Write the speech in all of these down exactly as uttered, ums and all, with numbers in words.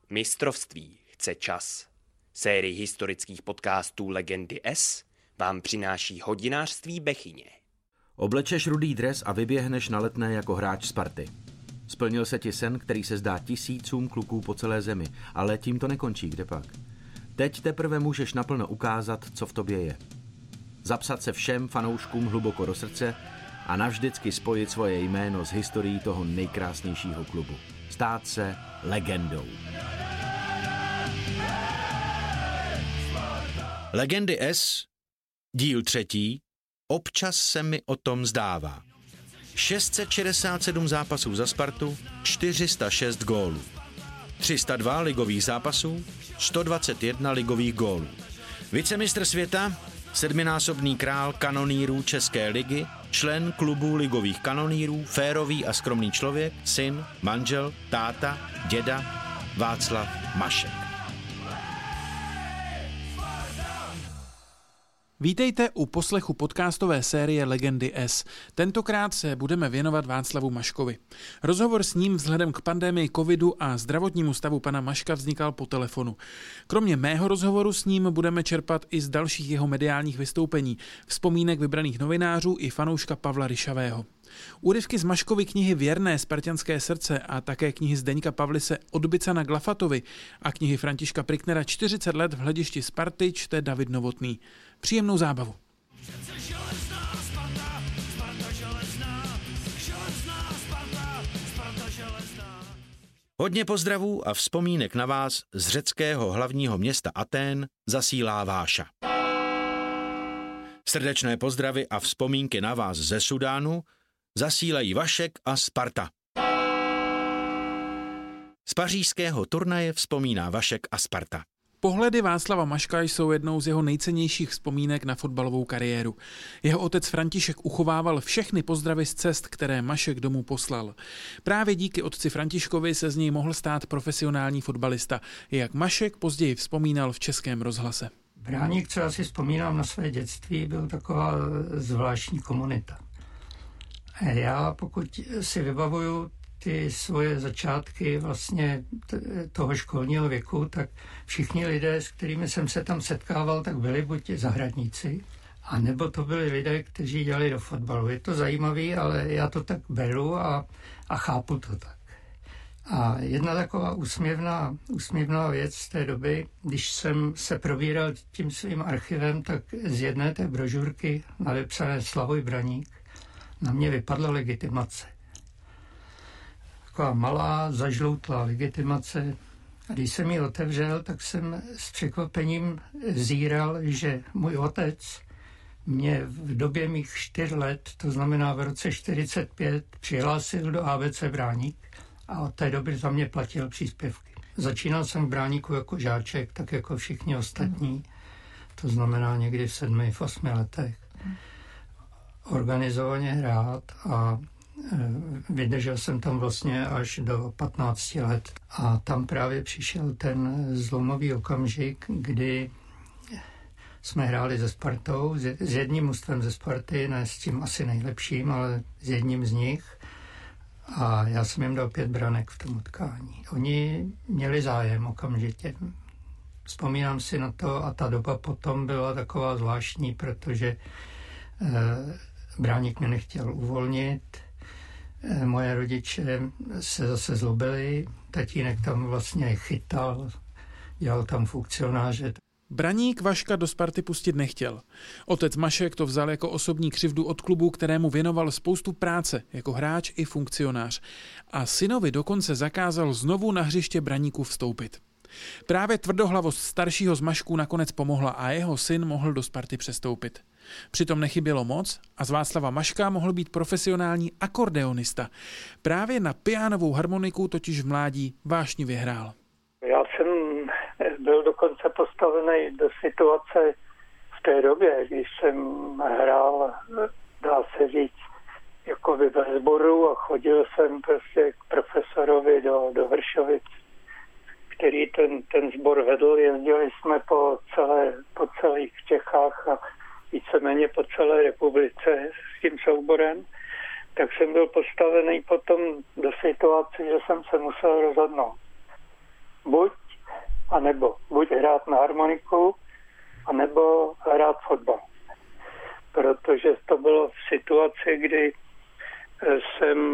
Mistrovství chce čas. Sérii historických podcastů Legendy S vám přináší hodinářství Bechyně. Oblečeš rudý dres a vyběhneš na Letné jako hráč Sparty. Splnil se ti sen, který se zdá tisícům kluků po celé zemi, ale tím to nekončí, kdepak. Teď teprve můžeš naplno ukázat, co v tobě je. Zapsat se všem fanouškům hluboko do srdce a navždycky spojit svoje jméno s historií toho nejkrásnějšího klubu. Stát se legendou. Legendy S, díl třetí, občas se mi o tom zdává. šest set šedesát sedm zápasů za Spartu, čtyři sta šest gólů. tři sta dva ligových zápasů, sto dvacet jedna ligových gólů. Vicemistr světa, sedminásobný král kanonýrů České ligy, člen klubu ligových kanonýrů, férový a skromný člověk, syn, manžel, táta, děda, Václav Mašek. Vítejte u poslechu podcastové série Legendy S. Tentokrát se budeme věnovat Václavu Maškovi. Rozhovor s ním vzhledem k pandemii covidu a zdravotnímu stavu pana Maška vznikal po telefonu. Kromě mého rozhovoru s ním budeme čerpat i z dalších jeho mediálních vystoupení, vzpomínek vybraných novinářů i fanouška Pavla Ryšavého. Úryvky z Maškovy knihy Věrné spartanské srdce a také knihy Zdeňka Pavlise Od bica na Glafatovi a knihy Františka Priknera čtyřicet let v hledišti Sparty čte David Novotný. Příjemnou zábavu. Hodně pozdravů a vzpomínek na vás z řeckého hlavního města Atén zasílá Váša. Srdečné pozdravy a vzpomínky na vás ze Sudánu zasílají Vašek a Sparta. Z pařížského turnaje vzpomíná Vašek a Sparta. Pohledy Václava Maška jsou jednou z jeho nejcennějších vzpomínek na fotbalovou kariéru. Jeho otec František uchovával všechny pozdravy z cest, které Mašek domů poslal. Právě díky otci Františkovi se z něj mohl stát profesionální fotbalista, jak Mašek později vzpomínal v Českém rozhlase. Bráník, co já si vzpomínám na své dětství, byl taková zvláštní komunita. Já, pokud si vybavuju ty svoje začátky vlastně toho školního věku, tak všichni lidé, s kterými jsem se tam setkával, tak byli buď zahradníci, anebo to byli lidé, kteří dělali do fotbalu. Je to zajímavé, ale já to tak beru a, a chápu to tak. A jedna taková úsměvná, úsměvná věc z té doby, když jsem se probíral tím svým archivem, tak z jedné té brožurky nadepsané Slavoj Braník na mě vypadla legitimace. Taková malá, zažloutlá legitimace. A když jsem ji otevřel, tak jsem s překvapením zíral, že můj otec mě v době mých čtyř let, to znamená v roce čtyřicet pět, přihlásil do A B C Bráník a od té doby za mě platil příspěvky. Začínal jsem v Bráníku jako žáček, tak jako všichni ostatní, to znamená někdy v sedmi, v osmi letech. Organizovaně hrát a vydržel jsem tam vlastně až do patnácti let. A tam právě přišel ten zlomový okamžik, kdy jsme hráli se Spartou, s jedním mužstvem ze Sparty, ne s tím asi nejlepším, ale s jedním z nich. A já jsem jim dal pět branek v tom utkání. Oni měli zájem okamžitě. Vzpomínám si na to a ta doba potom byla taková zvláštní, protože eh, Bráník mě nechtěl uvolnit. Eh, moje rodiče se zase zlobili. Tatínek tam vlastně chytal, dělal tam funkcionáře. Braník Vaška do Sparty pustit nechtěl. Otec Mašek to vzal jako osobní křivdu od klubu, kterému věnoval spoustu práce, jako hráč i funkcionář. A synovi dokonce zakázal znovu na hřiště Braníku vstoupit. Právě tvrdohlavost staršího z Mašků nakonec pomohla a jeho syn mohl do Sparty přestoupit. Přitom nechybělo moc a z Václava Maška mohl být profesionální akordeonista. Právě na pianovou harmoniku totiž v mládí vášnivě hrál. Já jsem byl dokonce postavený do situace v té době, když jsem hrál, dá se říct, jako by ve sboru a chodil jsem prostě k profesorovi do, do Vršovic, který ten, ten sbor vedl. Jezdili jsme po, celé, po celých Čechách a víceméně po celé republice s tím souborem. Tak jsem byl postavený potom do situace, že jsem se musel rozhodnout. Buď anebo buď hrát na harmoniku, anebo hrát fotbal. Protože to bylo v situaci, kdy jsem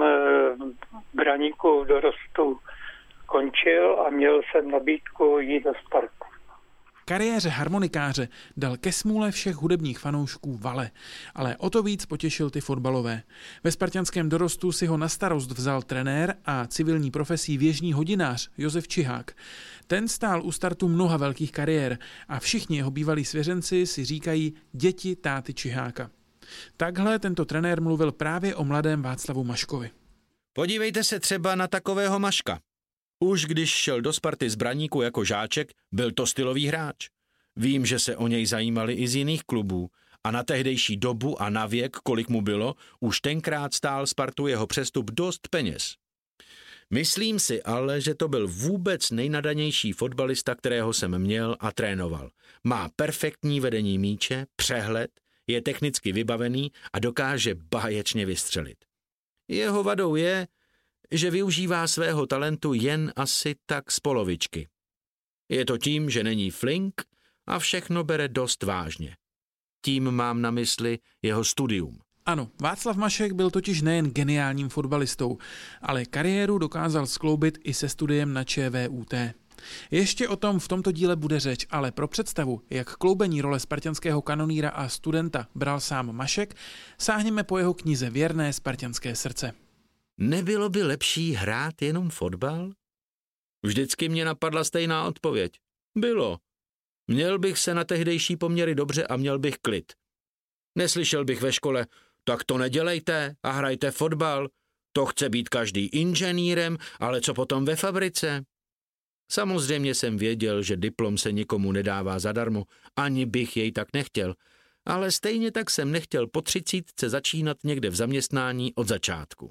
v Braníku dorostu končil a měl jsem nabídku jít do Sparty. Kariéře harmonikáře dal ke smůle všech hudebních fanoušků vale, ale o to víc potěšil ty fotbalové. Ve spartanském dorostu si ho na starost vzal trenér a civilní profesí věžní hodinář Josef Čihák. Ten stál u startu mnoha velkých kariér a všichni jeho bývalí svěřenci si říkají děti táty Čiháka. Takhle tento trenér mluvil právě o mladém Václavu Maškovi. Podívejte se třeba na takového Maška. Už když šel do Sparty z Braníku jako žáček, byl to stylový hráč. Vím, že se o něj zajímali i z jiných klubů a na tehdejší dobu a na věk, kolik mu bylo, už tenkrát stál Spartu jeho přestup dost peněz. Myslím si ale, že to byl vůbec nejnadanější fotbalista, kterého jsem měl a trénoval. Má perfektní vedení míče, přehled, je technicky vybavený a dokáže báječně vystřelit. Jeho vadou je, že využívá svého talentu jen asi tak z polovičky. Je to tím, že není flink a všechno bere dost vážně. Tím mám na mysli jeho studium. Ano, Václav Mašek byl totiž nejen geniálním fotbalistou, ale kariéru dokázal skloubit i se studiem na ČVUT. Ještě o tom v tomto díle bude řeč, ale pro představu, jak kloubení role spartanského kanonýra a studenta bral sám Mašek, sáhněme po jeho knize Věrné spartanské srdce. Nebylo by lepší hrát jenom fotbal? Vždycky mě napadla stejná odpověď. Bylo. Měl bych se na tehdejší poměry dobře a měl bych klid. Neslyšel bych ve škole, tak to nedělejte a hrajte fotbal. To chce být každý inženýrem, ale co potom ve fabrice? Samozřejmě jsem věděl, že diplom se nikomu nedává zadarmo, ani bych jej tak nechtěl, ale stejně tak jsem nechtěl po třicítce začínat někde v zaměstnání od začátku.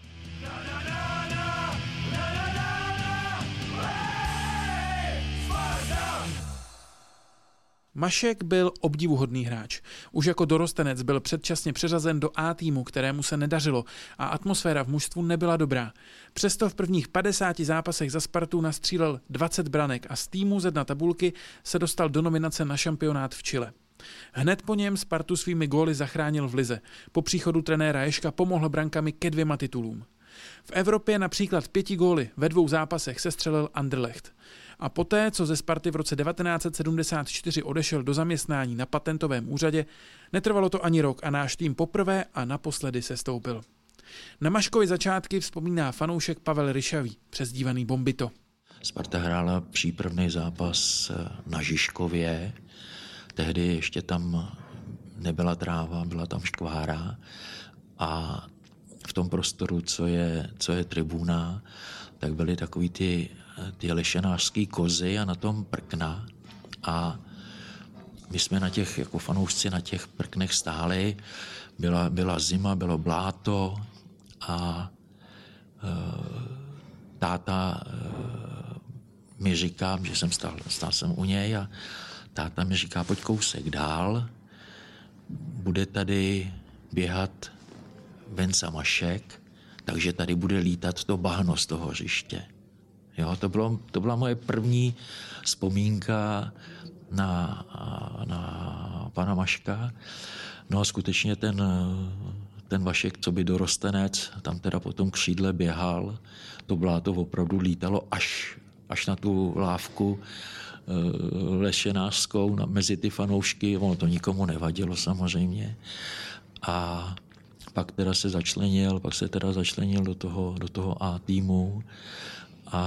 Mašek byl obdivuhodný hráč. Už jako dorostenec byl předčasně přeřazen do A týmu, kterému se nedařilo a atmosféra v mužstvu nebyla dobrá. Přesto v prvních padesáti zápasech za Spartu nastřílel dvacet branek a z týmu ze dna tabulky se dostal do nominace na šampionát v Chile. Hned po něm Spartu svými góly zachránil v lize. Po příchodu trenéra Ježka pomohl brankami ke dvěma titulům. V Evropě například pěti góly ve dvou zápasech sestřelil Anderlecht. A poté, co ze Sparty v roce devatenáct set sedmdesát čtyři odešel do zaměstnání na patentovém úřadě, netrvalo to ani rok a náš tým poprvé a naposledy sestoupil. Na Maškovi začátky vzpomíná fanoušek Pavel Ryšavý, přezdívaný Bombito. Sparta hrála přípravný zápas na Žižkově, tehdy ještě tam nebyla tráva, byla tam škvára a v tom prostoru, co je, co je tribuna, tak byly takový ty, ty lešenářský kozy a na tom prkna a my jsme na těch, jako fanoušci na těch prknech stáli, byla, byla zima, bylo bláto a e, táta e, mi říká, že jsem stál, stál jsem u něj a táta mi říká, pojď kousek dál, bude tady běhat Venca Mašek, takže tady bude lítat to bahno z toho hřiště. Jo, to, bylo, to byla moje první vzpomínka na, na pana Maška. No a skutečně ten, ten Vašek, co by dorostenec, tam teda po tom křídle běhal, to bláto opravdu lítalo až, až na tu lávku lešenářskou mezi ty fanoušky, ono to nikomu nevadilo samozřejmě. A pak teda se začlenil, pak se teda začlenil do toho, do toho A týmu a,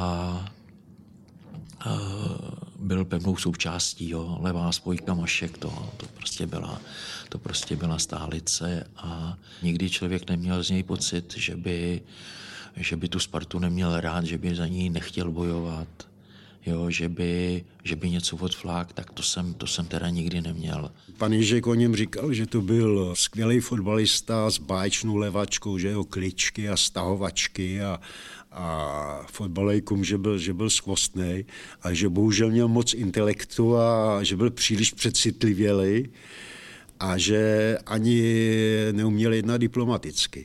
a byl pevnou součástí, jo, levá spojka Mašek, to, to prostě byla, to prostě byla stálice a nikdy člověk neměl z něj pocit, že by, že by tu Spartu neměl rád, že by za ní nechtěl bojovat. Jo, že by, že by něco odflák, tak to jsem, to jsem teda nikdy neměl. Pan Ježek o něm říkal, že to byl skvělý fotbalista s báječnou levačkou, že jo, kličky a stahovačky a, a fotbalejkum, že byl, že byl skvostnej a že bohužel měl moc intelektu a že byl příliš přecitlivělej a že ani neuměl jednat diplomaticky.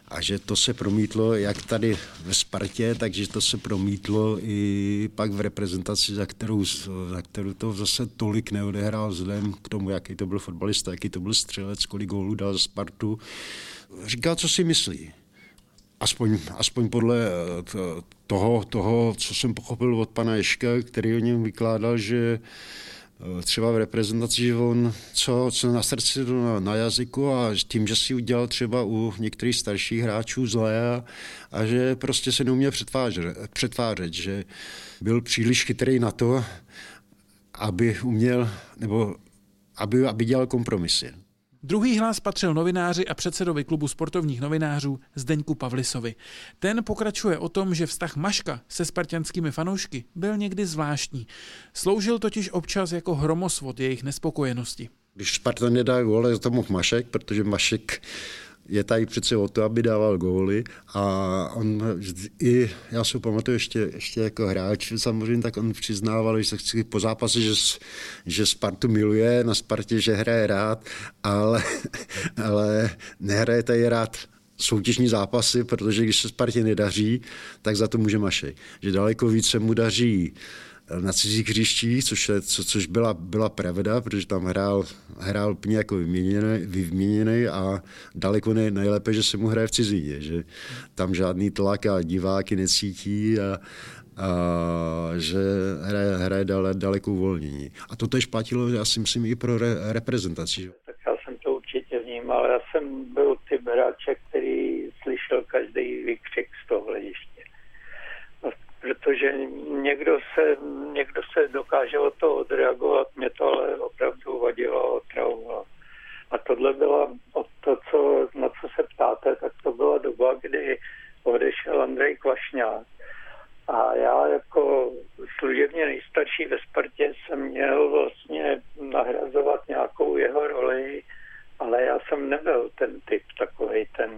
A že to se promítlo jak tady ve Spartě, takže to se promítlo i pak v reprezentaci, za kterou, za kterou to zase tolik neodehrál vzhledem k tomu, jaký to byl fotbalista, jaký to byl střelec, kolik gólů dal za Spartu. Říkal, co si myslí. Aspoň, aspoň podle toho, toho, co jsem pochopil od pana Ježka, který o něm vykládal, že třeba v reprezentaci, že on co, co na srdci, na, na jazyku a tím, že si udělal třeba u některých starších hráčů zlé a, a že prostě se neuměl přetvářet, přetvářet, že byl příliš chytrý na to, aby uměl, nebo aby, aby dělal kompromisy. Druhý hlas patřil novináři a předsedovi klubu sportovních novinářů Zdeňku Pavlisovi. Ten pokračuje o tom, že vztah Maška se spartanskými fanoušky byl někdy zvláštní. Sloužil totiž občas jako hromosvod jejich nespokojenosti. Když Sparta nedá góly, to mohl Mašek, protože Mašek je tady přece o to, aby dával góly a on i, já si pamatuju ještě, ještě jako hráč, samozřejmě tak on přiznával, že se chci po zápase, že, že Spartu miluje, na Spartě, že hraje rád, ale, ale nehraje tady rád soutěžní zápasy, protože když se Spartě nedaří, tak za to může Mašek. Že daleko více mu daří na cizích hřištích, což, je, co, což byla, byla pravda, protože tam hrál, hrál úplně jako vyměněný, vyměněný a daleko ne, nejlépe, že se mu hraje v cizině, že tam žádný tlak a diváky necítí a, a že hraje, hraje dale, daleko uvolnění. A to tež platilo, já si myslím, i pro re, reprezentaci. Tak já jsem to určitě vnímal, já jsem byl typ hráče, který slyšel každý výkřik z toho hlediště. Protože někdo se, někdo se dokáže od toho odreagovat, mě to ale opravdu vadilo a otravovalo. A tohle byla, to, co, na co se ptáte, tak to byla doba, kdy odešel Andrej Kvašňák. A já jako služebně nejstarší ve Spartě jsem měl vlastně nahrazovat nějakou jeho roli, ale já jsem nebyl ten typ takovej ten,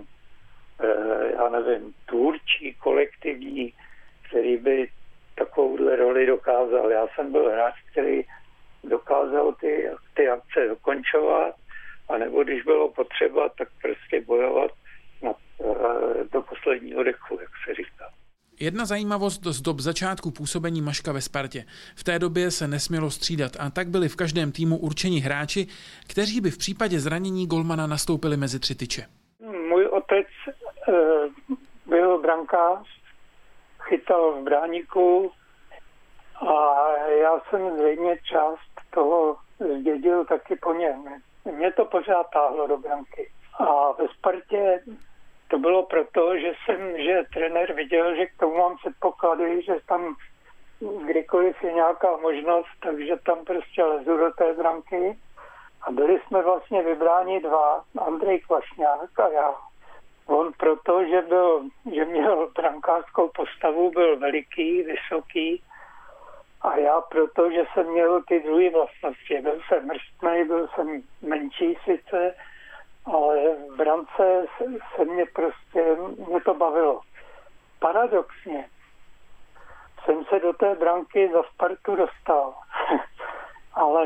já nevím, tvůrčí, kolektivní, který by takovouhle roli dokázal. Já jsem byl hráč, který dokázal ty, ty akce dokončovat, anebo když bylo potřeba, tak prostě bojovat na, do posledního dechu, jak se říká. Jedna zajímavost z dob začátku působení Maška ve Spartě. V té době se nesmělo střídat a tak byli v každém týmu určeni hráči, kteří by v případě zranění golmana nastoupili mezi tři tyče. Můj otec e, byl brankář, chytal v bráníku a já jsem zřejmě část toho zdědil taky po něm. Mě to pořád táhlo do branky. A ve Spartě to bylo proto, že jsem, že trenér viděl, že k tomu mám předpoklady, že tam kdykoliv je nějaká možnost, takže tam prostě lezu do té branky. A byli jsme vlastně vybráni dva, Andrej Kvašňák a já. On proto, že, byl, že měl brankářskou postavu, byl veliký, vysoký a já proto, že jsem měl ty druhé vlastnosti. Byl jsem mrštnej, byl jsem menší sice, ale v brance se, se mě prostě, mě to bavilo. Paradoxně jsem se do té branky za Spartu dostal, ale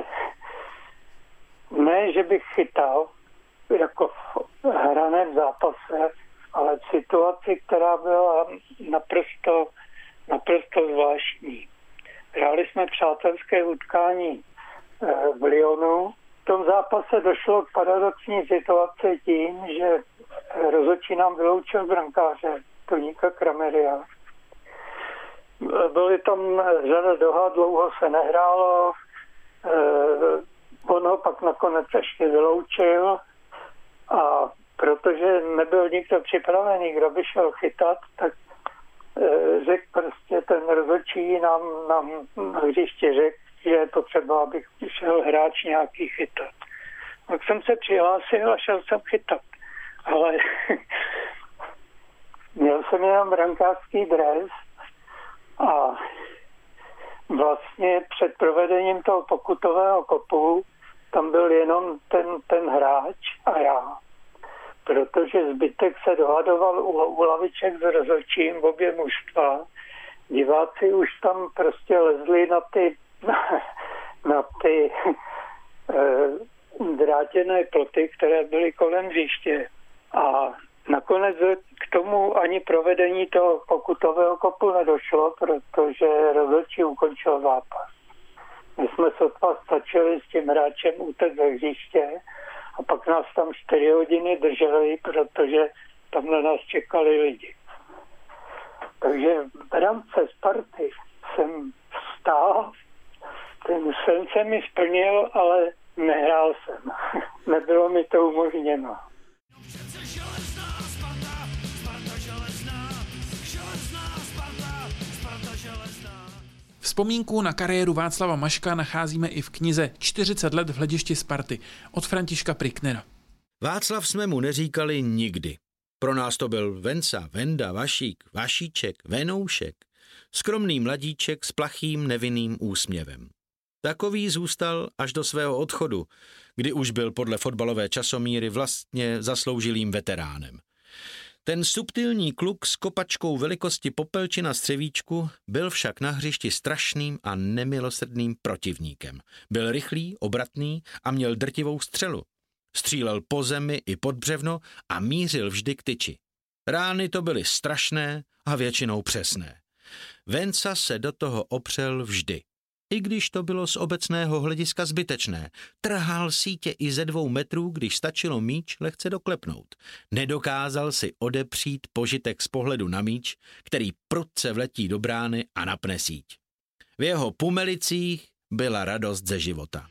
ne, že bych chytal, jako v hraném zápase, ale v situaci, která byla naprosto, naprosto zvláštní. Hráli jsme přátelské utkání v Lyonu. V tom zápase došlo k paradoxní situaci tím, že rozhodčí nám vyloučil brankáře Toníka Krameria. Byly tam řada dohad, dlouho se nehrálo. On ho pak nakonec ještě vyloučil a protože nebyl nikdo připravený, kdo by šel chytat, tak e, řekl prostě ten rozhodčí nám, nám na hřiště řekl, že je potřeba, abych šel hráč nějaký chytat. Tak jsem se přihlásil a šel jsem chytat. Ale měl jsem jenom brankářský dres a vlastně před provedením toho pokutového kopu tam byl jenom ten, ten hráč a já. Protože zbytek se dohadoval u, u laviček s rozhodčím v obě mužstva. Diváci už tam prostě lezli na ty, na, na ty eh, drátěné ploty, které byly kolem hřiště. A Nakonec k tomu ani provedení toho pokutového kopu nedošlo, protože rozhodčí ukončil zápas. My jsme sotva stačili s tím hráčem utéct ze hřiště a pak nás tam čtyři hodiny drželi, protože tam na nás čekali lidi. Takže v rámci Sparty jsem vstál, ten sen se mi splnil, ale nehrál jsem. Nebylo mi to umožněno. Vzpomínku na kariéru Václava Maška nacházíme i v knize čtyřicet let v hledišti Sparty od Františka Priknera. Václav jsme mu neříkali nikdy. Pro nás to byl Venca, Venda, Vašík, Vašíček, Venoušek, skromný mladíček s plachým nevinným úsměvem. Takový zůstal až do svého odchodu, kdy už byl podle fotbalové časomíry vlastně zasloužilým veteránem. Ten subtilní kluk s kopačkou velikosti popelči na střevíčku byl však na hřišti strašným a nemilosrdným protivníkem. Byl rychlý, obratný a měl drtivou střelu. Střílel po zemi i pod břevno a mířil vždy k tyči. Rány to byly strašné a většinou přesné. Venca se do toho opřel vždy. I když to bylo z obecného hlediska zbytečné, trhal sítě i ze dvou metrů, když stačilo míč lehce doklepnout. Nedokázal si odepřít požitek z pohledu na míč, který prudce vletí do brány a napne síť. V jeho pumelicích byla radost ze života.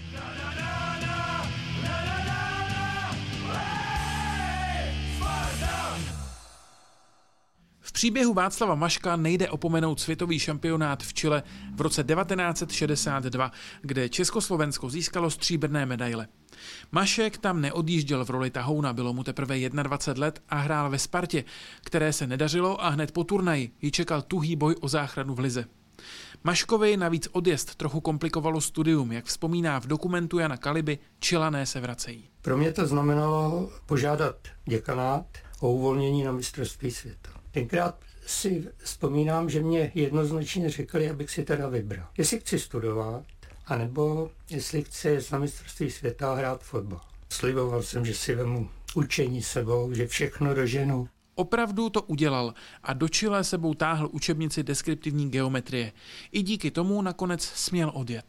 V příběhu Václava Maška nejde opomenout světový šampionát v Chile v roce devatenáct set šedesát dva, kde Československo získalo stříbrné medaile. Mašek tam neodjížděl v roli tahouna, bylo mu teprve dvacet jedna let a hrál ve Spartě, které se nedařilo a hned po turnaji ji čekal tuhý boj o záchranu v lize. Maškovi navíc odjezd trochu komplikovalo studium, jak vzpomíná v dokumentu Jana Kaliby Čilané se vracejí. Pro mě to znamenalo požádat děkanát o uvolnění na mistrovství světa. Tenkrát si vzpomínám, že mě jednoznačně řekli, abych si teda vybral. Jestli chci studovat, anebo jestli chci na mistrovství světa hrát fotbal. Sliboval jsem, že si vemu učení sebou, že všechno doženu. Opravdu to udělal a do Chile sebou táhl učebnici deskriptivní geometrie. I díky tomu nakonec směl odjet.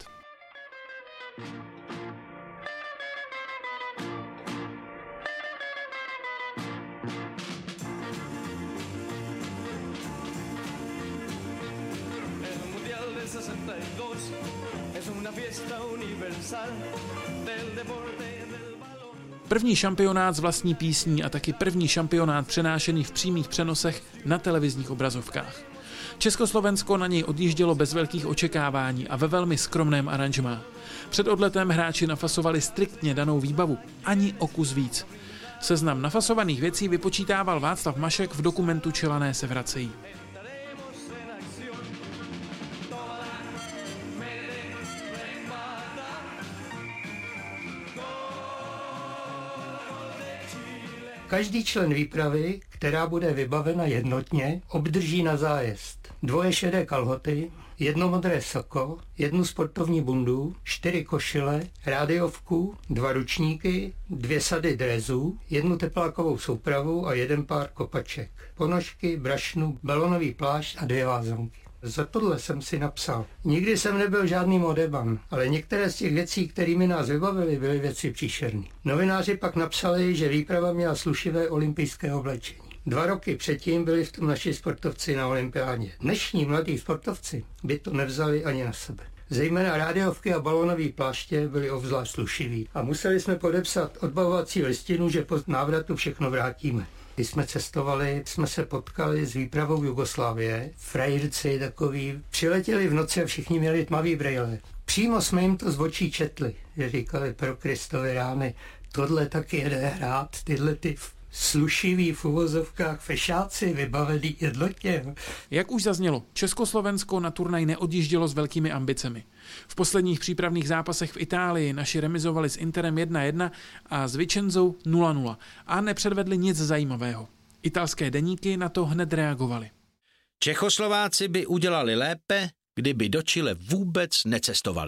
První šampionát s vlastní písní a taky první šampionát přenášený v přímých přenosech na televizních obrazovkách. Československo na něj odjíždělo bez velkých očekávání a ve velmi skromném aranžmá. Před odletem hráči nafasovali striktně danou výbavu, ani o kus víc. Seznam nafasovaných věcí vypočítával Václav Mašek v dokumentu Čilané se vracejí. Každý člen výpravy, která bude vybavena jednotně, obdrží na zájezd dvoje šedé kalhoty, jedno modré sako, jednu sportovní bundu, čtyři košile, rádiovku, dva ručníky, dvě sady drezů, jednu teplákovou soupravu a jeden pár kopaček, ponožky, brašnu, balonový plášť a dvě vázanky. Za tohle jsem si napsal. Nikdy jsem nebyl žádný modeban, ale některé z těch věcí, kterými nás vybavili, byly věci příšerné. Novináři pak napsali, že výprava měla slušivé olympijské oblečení. Dva roky předtím byli v tom naši sportovci na olympiádě. Dnešní mladí sportovci by to nevzali ani na sebe. Zejména rádiovky a balónové pláště byly obzvlášť slušivý a museli jsme podepsat odbavovací listinu, že po návratu všechno vrátíme. Když jsme cestovali, jsme se potkali s výpravou Jugoslávie. Frajírci takový přiletěli v noci a všichni měli tmavý brejle. Přímo jsme jim to z očí četli, že říkali pro Kristovy rány, tohle taky jede hrát, tyhle ty slušivý v uvozovkách fešáci vybavený jednotně. Jak už zaznělo, Československo na turnaj neodjíždělo s velkými ambicemi. V posledních přípravných zápasech v Itálii naši remizovali s Interem jedna jedna a s Vicenzou nula nula a nepředvedli nic zajímavého. Italské deníky na to hned reagovaly. Čechoslováci by udělali lépe, kdyby do Chile vůbec necestovali.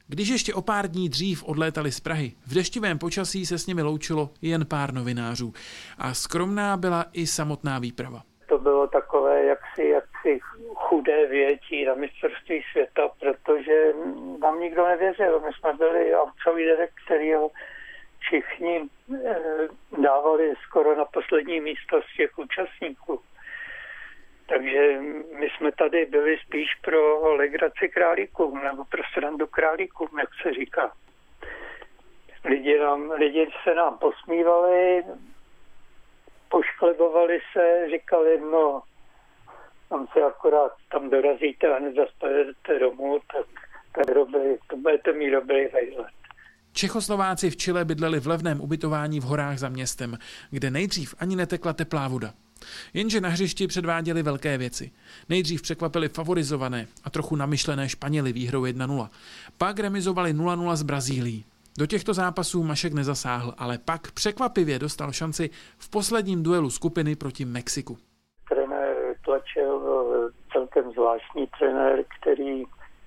Když ještě o pár dní dřív odlétali z Prahy, v deštivém počasí se s nimi loučilo jen pár novinářů. A skromná byla i samotná výprava. To bylo takové jaksi, jaksi chudé větí na mistrovství světa, protože nám nikdo nevěřil. My jsme byli outsiderek, kterýho všichni eh, dávali skoro na poslední místo z těch účastníků. Takže my jsme tady byli spíš pro legraci králíkům, nebo pro srandu králíkům, jak se říká. Lidi, nám, lidi se nám posmívali, pošklebovali se, říkali, no, tam se akorát tam dorazíte a nezaspojedete domů, tak to, dobrý, to budete mít dobrý vejlet. Čechoslováci v Chile bydleli v levném ubytování v horách za městem, kde nejdřív ani netekla teplá voda. Jenže na hřišti předváděli velké věci. Nejdřív překvapili favorizované a trochu namyšlené Španěly výhrou jedna nula. Pak remizovali nula nula s Brazílií. Do těchto zápasů Mašek nezasáhl, ale pak překvapivě dostal šanci v posledním duelu skupiny proti Mexiku. Trenér tlačil celkem zvláštní trenér, který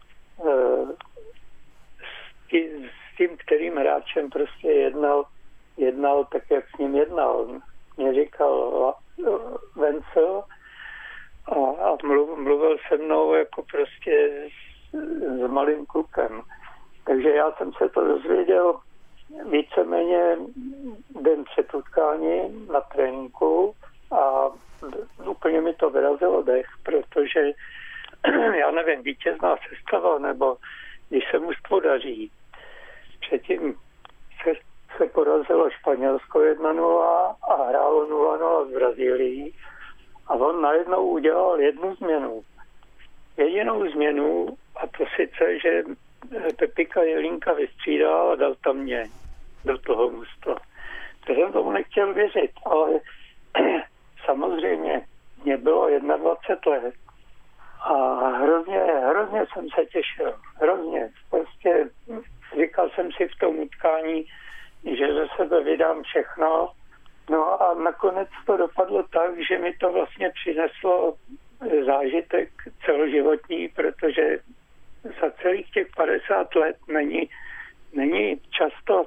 s tím, kterým hráčem prostě jednal, jednal tak, jak s ním jednal. Mě říkal Vencel a, a mluv, mluvil se mnou jako prostě s, s malým klukem. Takže já jsem se to dozvěděl víceméně den před utkání na tréninku a úplně mi to vyrazilo dech, protože já nevím, vítězná sestava, nebo když se mužstvo daří. Předtím se, se porazilo Španělsko jedna nula a hrálo nula nula s Brazílií a on najednou udělal jednu změnu. Jedinou změnu, a to sice, že Pepika Jelínka vystřídal a dal tam mě do toho mužstva. To jsem tomu nechtěl věřit, ale samozřejmě mě bylo dvacet jedna let a hrozně, hrozně jsem se těšil, hrozně. Prostě říkal jsem si v tom utkání, že ze sebe vydám všechno. No a nakonec to dopadlo tak, že mi to vlastně přineslo zážitek celoživotní, protože za celých těch padesát let není, není často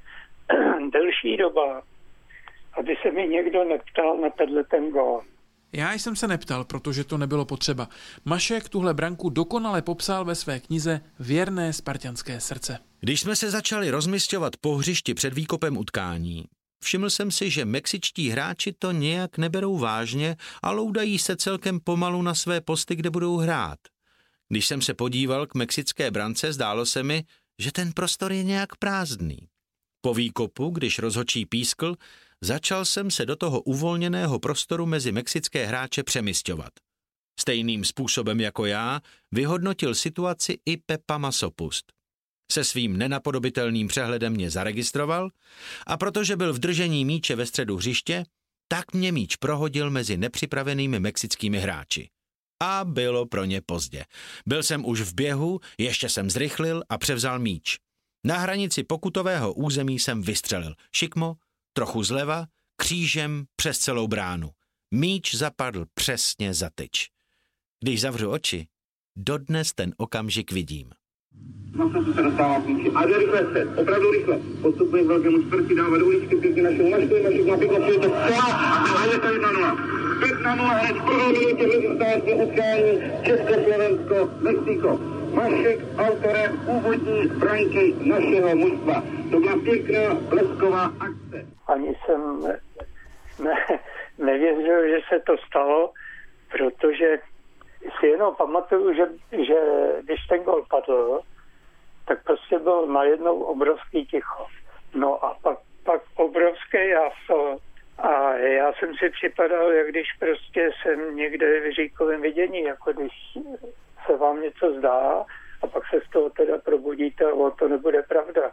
delší doba, aby se mi někdo neptal na tenhle ten gól. Já jsem se neptal, protože to nebylo potřeba. Mašek tuhle branku dokonale popsal ve své knize Věrné spartanské srdce. Když jsme se začali rozmisťovat po hřišti před výkopem utkání, všiml jsem si, že mexičtí hráči to nějak neberou vážně a loudají se celkem pomalu na své posty, kde budou hrát. Když jsem se podíval k mexické brance, zdálo se mi, že ten prostor je nějak prázdný. Po výkopu, když rozhodčí pískl, začal jsem se do toho uvolněného prostoru mezi mexické hráče přemysťovat. Stejným způsobem jako já vyhodnotil situaci i Pepa Masopust. Se svým nenapodobitelným přehledem mě zaregistroval a protože byl v držení míče ve středu hřiště, tak mě míč prohodil mezi nepřipravenými mexickými hráči. A bylo pro ně pozdě. Byl jsem už v běhu, ještě jsem zrychlil a převzal míč. Na hranici pokutového území jsem vystřelil. Šikmo, trochu zleva, křížem přes celou bránu. Míč zapadl přesně za tyč. Když zavřu oči, dodnes ten okamžik vidím. Masopust se dostává k míči. A jde rychle se, opravdu rychle. Postupuje k velkému čtvrti, dává do uličky, pěkně našeho Maškovi, Mašek má pěkně přijete zcela a je to jedna nula. jedna nula hned v první minutě mezistátní utkání Československo-Mexiko. Mašek autorem úvodní branky našeho mužstva. To byla pěkná blesková akce. Ani jsem ne, nevěřil, že se to stalo, protože si jenom pamatuju, že, že když ten gol padl, tak prostě byl najednou obrovský ticho. No a pak, pak obrovské jáso. A já jsem si připadal, jak když prostě jsem někde v říkovém vidění, jako když se vám něco zdá a pak se z toho teda probudíte a to nebude pravda.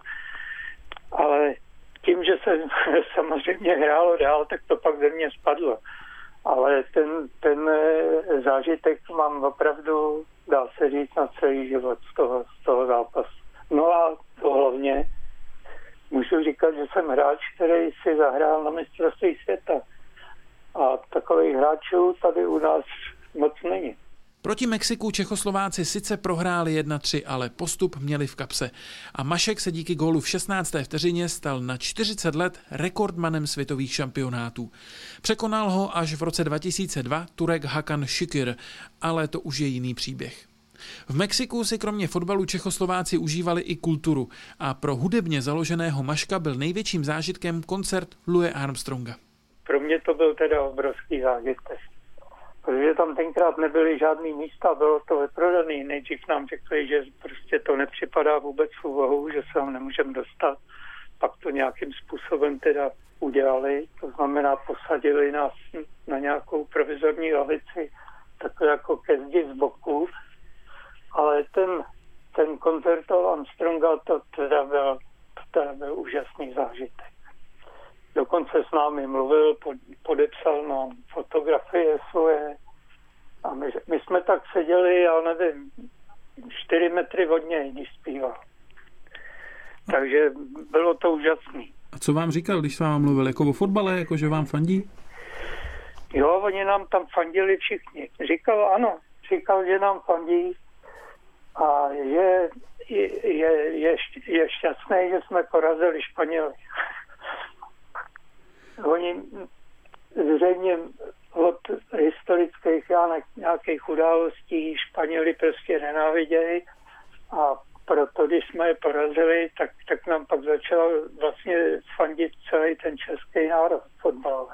Ale tím, že se samozřejmě hrálo dál, tak to pak ze mě spadlo. Ale ten, ten zážitek mám opravdu, dá se říct, na celý život z toho, z toho zápasu. No a to hlavně můžu říkat, že jsem hráč, který si zahrál na mistrovství světa. A takových hráčů tady u nás moc není. Proti Mexiku Čechoslováci sice prohráli jedna tři, ale postup měli v kapse. A Mašek se díky gólu v šestnácté vteřině stal na čtyřicet let rekordmanem světových šampionátů. Překonal ho až v roce dva tisíce dva Turek Hakan Şükür, ale to už je jiný příběh. V Mexiku si kromě fotbalu Čechoslováci užívali i kulturu a pro hudebně založeného Maška byl největším zážitkem koncert Louise Armstronga. Pro mě to byl teda obrovský zážitek. Protože tam tenkrát nebyly žádný místa, bylo to vyprodaný. Nejdřív nám řekli, že prostě to nepřipadá vůbec v úvahu, že se tam nemůžeme dostat. Pak to nějakým způsobem teda udělali, to znamená posadili nás na nějakou provizorní lavici, takhle jako ke zdi z boku. Ale ten, ten koncert Armstronga, to teda byl, to teda byl úžasný zážitek. Dokonce s námi mluvil, podepsal nám fotografie svoje a my, my jsme tak seděli, já nevím, čtyři metry od něj, když zpíval. Takže bylo to úžasný. A co vám říkal, když s váma mluvil? Jako o fotbale, jako že vám fandí? Jo, oni nám tam fandili všichni. Říkal ano, říkal, že nám fandí a že je, je, je, je šťastný, že jsme porazili Španěly. Oni zřejmě od historických nějakých událostí Španěli prostě nenávidějí a proto, když jsme je porazili, tak, tak nám pak začal vlastně fandit celý ten český národ fotbalový.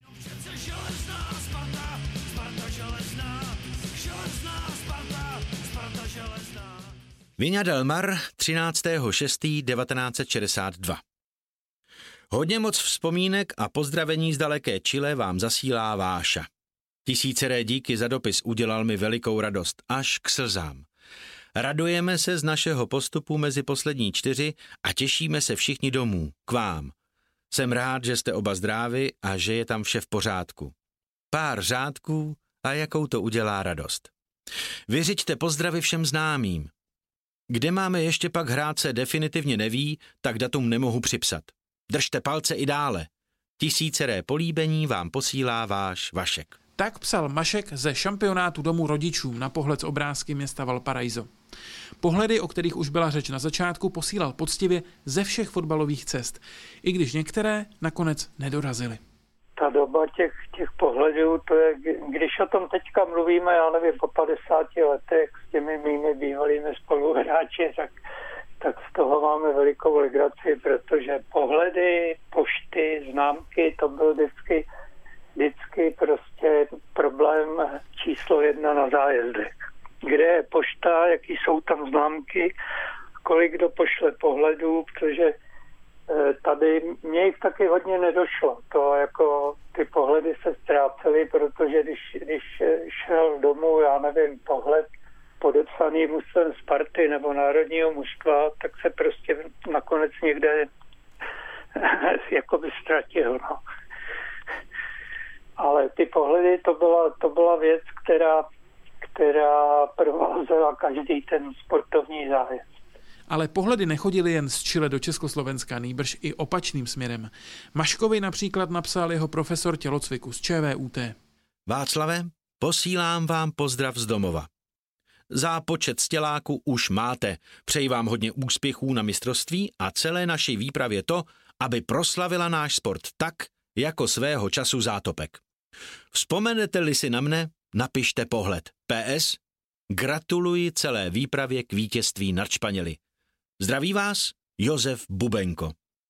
Viña del Mar, třináctého šestého devatenáct set šedesát dva. Hodně moc vzpomínek a pozdravení z daleké Chile vám zasílá Váša. Tisíceré díky za dopis, udělal mi velikou radost, až k slzám. Radujeme se z našeho postupu mezi poslední čtyři a těšíme se všichni domů, k vám. Jsem rád, že jste oba zdraví a že je tam vše v pořádku. Pár řádků a jakou to udělá radost. Vyřiďte pozdravy všem známým. Kde máme ještě pak hrát, se definitivně neví, tak datum nemohu připsat. Držte palce i dále. Tisíceré políbení vám posílá váš Vašek. Tak psal Mašek ze šampionátu domu rodičům na pohled z obrázky města Valparaíso. Pohledy, o kterých už byla řeč na začátku, posílal poctivě ze všech fotbalových cest, i když některé nakonec nedorazily. Ta doba těch, těch pohledů, to je, když o tom teďka mluvíme, já nevím, po padesáti letech s těmi mými bývalými spoluhráči, tak, tak z toho máme velikou legraci, protože pohledy, pošty, známky, to byl vždycky, vždycky prostě problém číslo jedna na zájezdech. Kde je pošta, jaký jsou tam známky, kolik kdo pošle pohledů, protože tady mě jich taky hodně nedošlo. To jako ty pohledy se ztrácely, protože když, když šel domů, já nevím, pohled podepsaný mužstvem Sparty nebo národního mužstva, tak se prostě nakonec někde jakoby ztratil. No. Ale ty pohledy, to byla, to byla věc, která, která provázela každý ten sportovní zájezd. Ale pohledy nechodily jen z Chile do Československa, nýbrž i opačným směrem. Maškovi například napsal jeho profesor tělocviku z ČVUT. Václave, posílám vám pozdrav z domova. Zápočet z těláku už máte. Přeji vám hodně úspěchů na mistrovství a celé naší výpravě to, aby proslavila náš sport tak, jako svého času Zátopek. Vzpomenete-li si na mne, napište pohled. P S. Gratuluji celé výpravě k vítězství nad Španěli. Zdraví vás Josef Bubenko.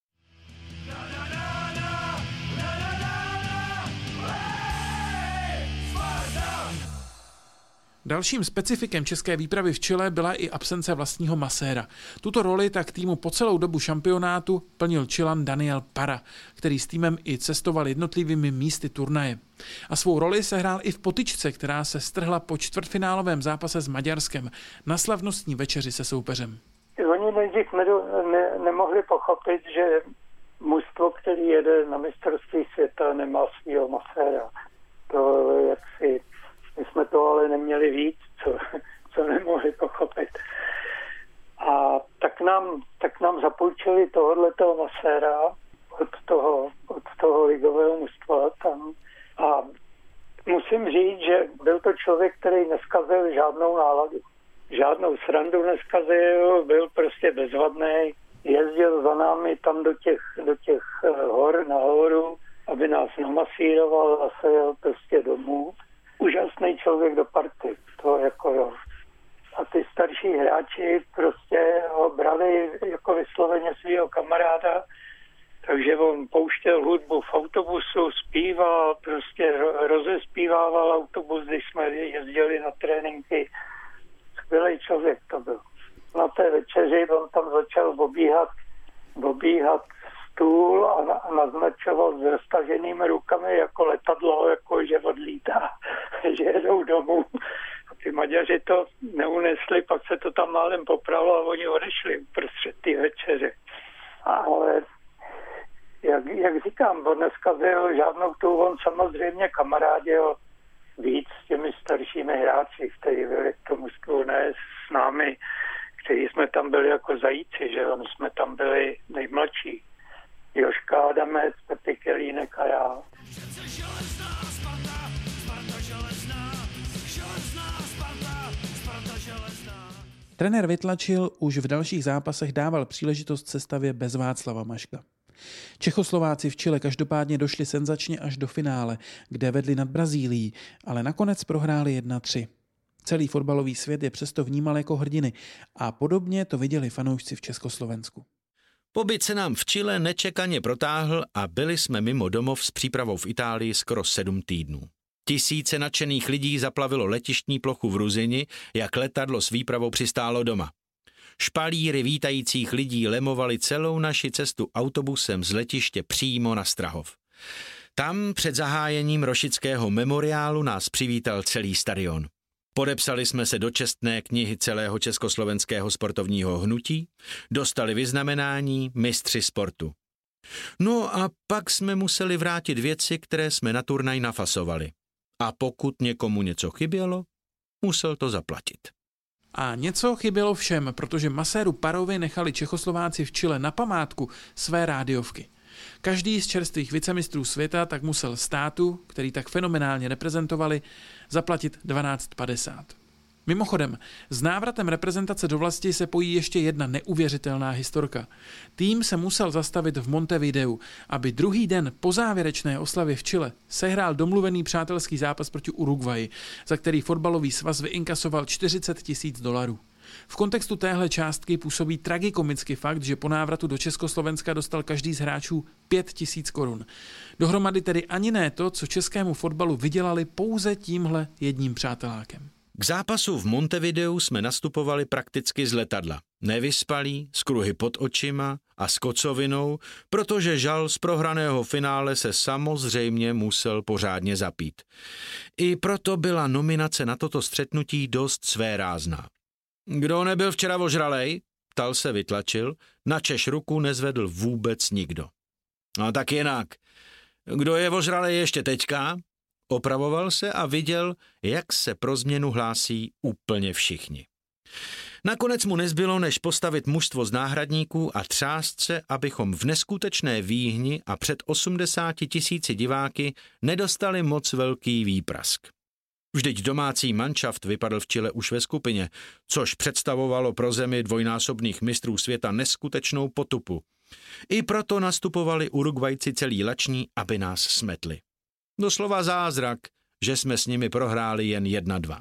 Dalším specifikem české výpravy v Chile byla i absence vlastního maséra. Tuto roli tak týmu po celou dobu šampionátu plnil Chilan Daniel Parra, který s týmem i cestoval jednotlivými místy turnaje. A svou roli sehrál i v potyčce, která se strhla po čtvrtfinálovém zápase s Maďarskem na slavnostní večeři se soupeřem. Oni nejdřív ne, nemohli pochopit, že mužstvo, který jede na mistrovství světa, nemá svýho maséra. To jaksi... My jsme to ale neměli víc, co, co nemohli pochopit. A tak nám, tak nám zapůjčili tohohletoho maséra od toho, od toho ligového mužstva tam. A musím říct, že byl to člověk, který neskazil žádnou náladu. Žádnou srandu neskazil, byl prostě bezvadný, jezdil za námi tam do těch, do těch hor nahoru, aby nás namasíroval a se jel prostě domů. Úžasný člověk do party, to jako jo. A ty starší hráči prostě ho brali jako vysloveně svého kamaráda, takže on pouštěl hudbu v autobusu, zpíval, prostě rozespívával autobus, když jsme jezdili na tréninky. Skvělý člověk to byl. Na té večeři on tam začal obíhat, obíhat stůl a, na, a naznačoval s roztaženými rukami jako letadlo, jako že odlítá, že jedou domů. A ty Maďaři to neunesli, pak se to tam málem popralo a oni odešli uprostřed té večeře. Ale jak, jak říkám, on neskazil žádnou tu, on samozřejmě kamarádil víc s těmi staršími hráči, kteří byli k tomu stůl, ne s námi, kteří jsme tam byli jako zajíci, že my jsme tam byli nejmladší. Jožka Adamec, Petr Kelínek a já. Trenér Vytlačil už v dalších zápasech dával příležitost sestavě bez Václava Maška. Čechoslováci v Chile každopádně došli senzačně až do finále, kde vedli nad Brazílií, ale nakonec prohráli jedna tři. Celý fotbalový svět je přesto vnímal jako hrdiny a podobně to viděli fanoušci v Československu. Pobyt se nám v Chile nečekaně protáhl a byli jsme mimo domov s přípravou v Itálii skoro sedm týdnů. Tisíce nadšených lidí zaplavilo letištní plochu v Ruzini, jak letadlo s výpravou přistálo doma. Špalíry vítajících lidí lemovali celou naši cestu autobusem z letiště přímo na Strahov. Tam před zahájením Rošického memoriálu nás přivítal celý stadion. Podepsali jsme se do čestné knihy celého československého sportovního hnutí, dostali vyznamenání mistři sportu. No a pak jsme museli vrátit věci, které jsme na turnaj nafasovali. A pokud někomu něco chybělo, musel to zaplatit. A něco chybělo všem, protože maséru Parovi nechali Čechoslováci v Chile na památku své rádiovky. Každý z čerstvých vicemistrů světa tak musel státu, který tak fenomenálně reprezentovali, zaplatit dvanáct padesát. Mimochodem, s návratem reprezentace do vlasti se pojí ještě jedna neuvěřitelná historka. Tým se musel zastavit v Montevideu, aby druhý den po závěrečné oslavě v Chile sehrál domluvený přátelský zápas proti Uruguayi, za který fotbalový svaz vyinkasoval čtyřicet tisíc dolarů. V kontextu téhle částky působí tragikomicky fakt, že po návratu do Československa dostal každý z hráčů pět tisíc korun. Dohromady tedy ani ne to, co českému fotbalu vydělali pouze tímhle jedním přátelákem. K zápasu v Montevideu jsme nastupovali prakticky z letadla. Nevyspalí, s kruhy pod očima a s kocovinou, protože žal z prohraného finále se samozřejmě musel pořádně zapít. I proto byla nominace na toto střetnutí dost svérázná. Kdo nebyl včera ožralej? Ptal se Vytlačil, načež ruku nezvedl vůbec nikdo. No tak jinak. Kdo je ožralej ještě teďka? Opravoval se a viděl, jak se pro změnu hlásí úplně všichni. Nakonec mu nezbylo, než postavit mužstvo z náhradníků a třást se, abychom v neskutečné výhni a před osmdesáti tisíci diváky nedostali moc velký výprask. Vždyť domácí manšaft vypadl v Chile už ve skupině, což představovalo pro zemi dvojnásobných mistrů světa neskutečnou potupu. I proto nastupovali Urugvajci celý lační, aby nás smetli. Doslova zázrak, že jsme s nimi prohráli jen jedna dva.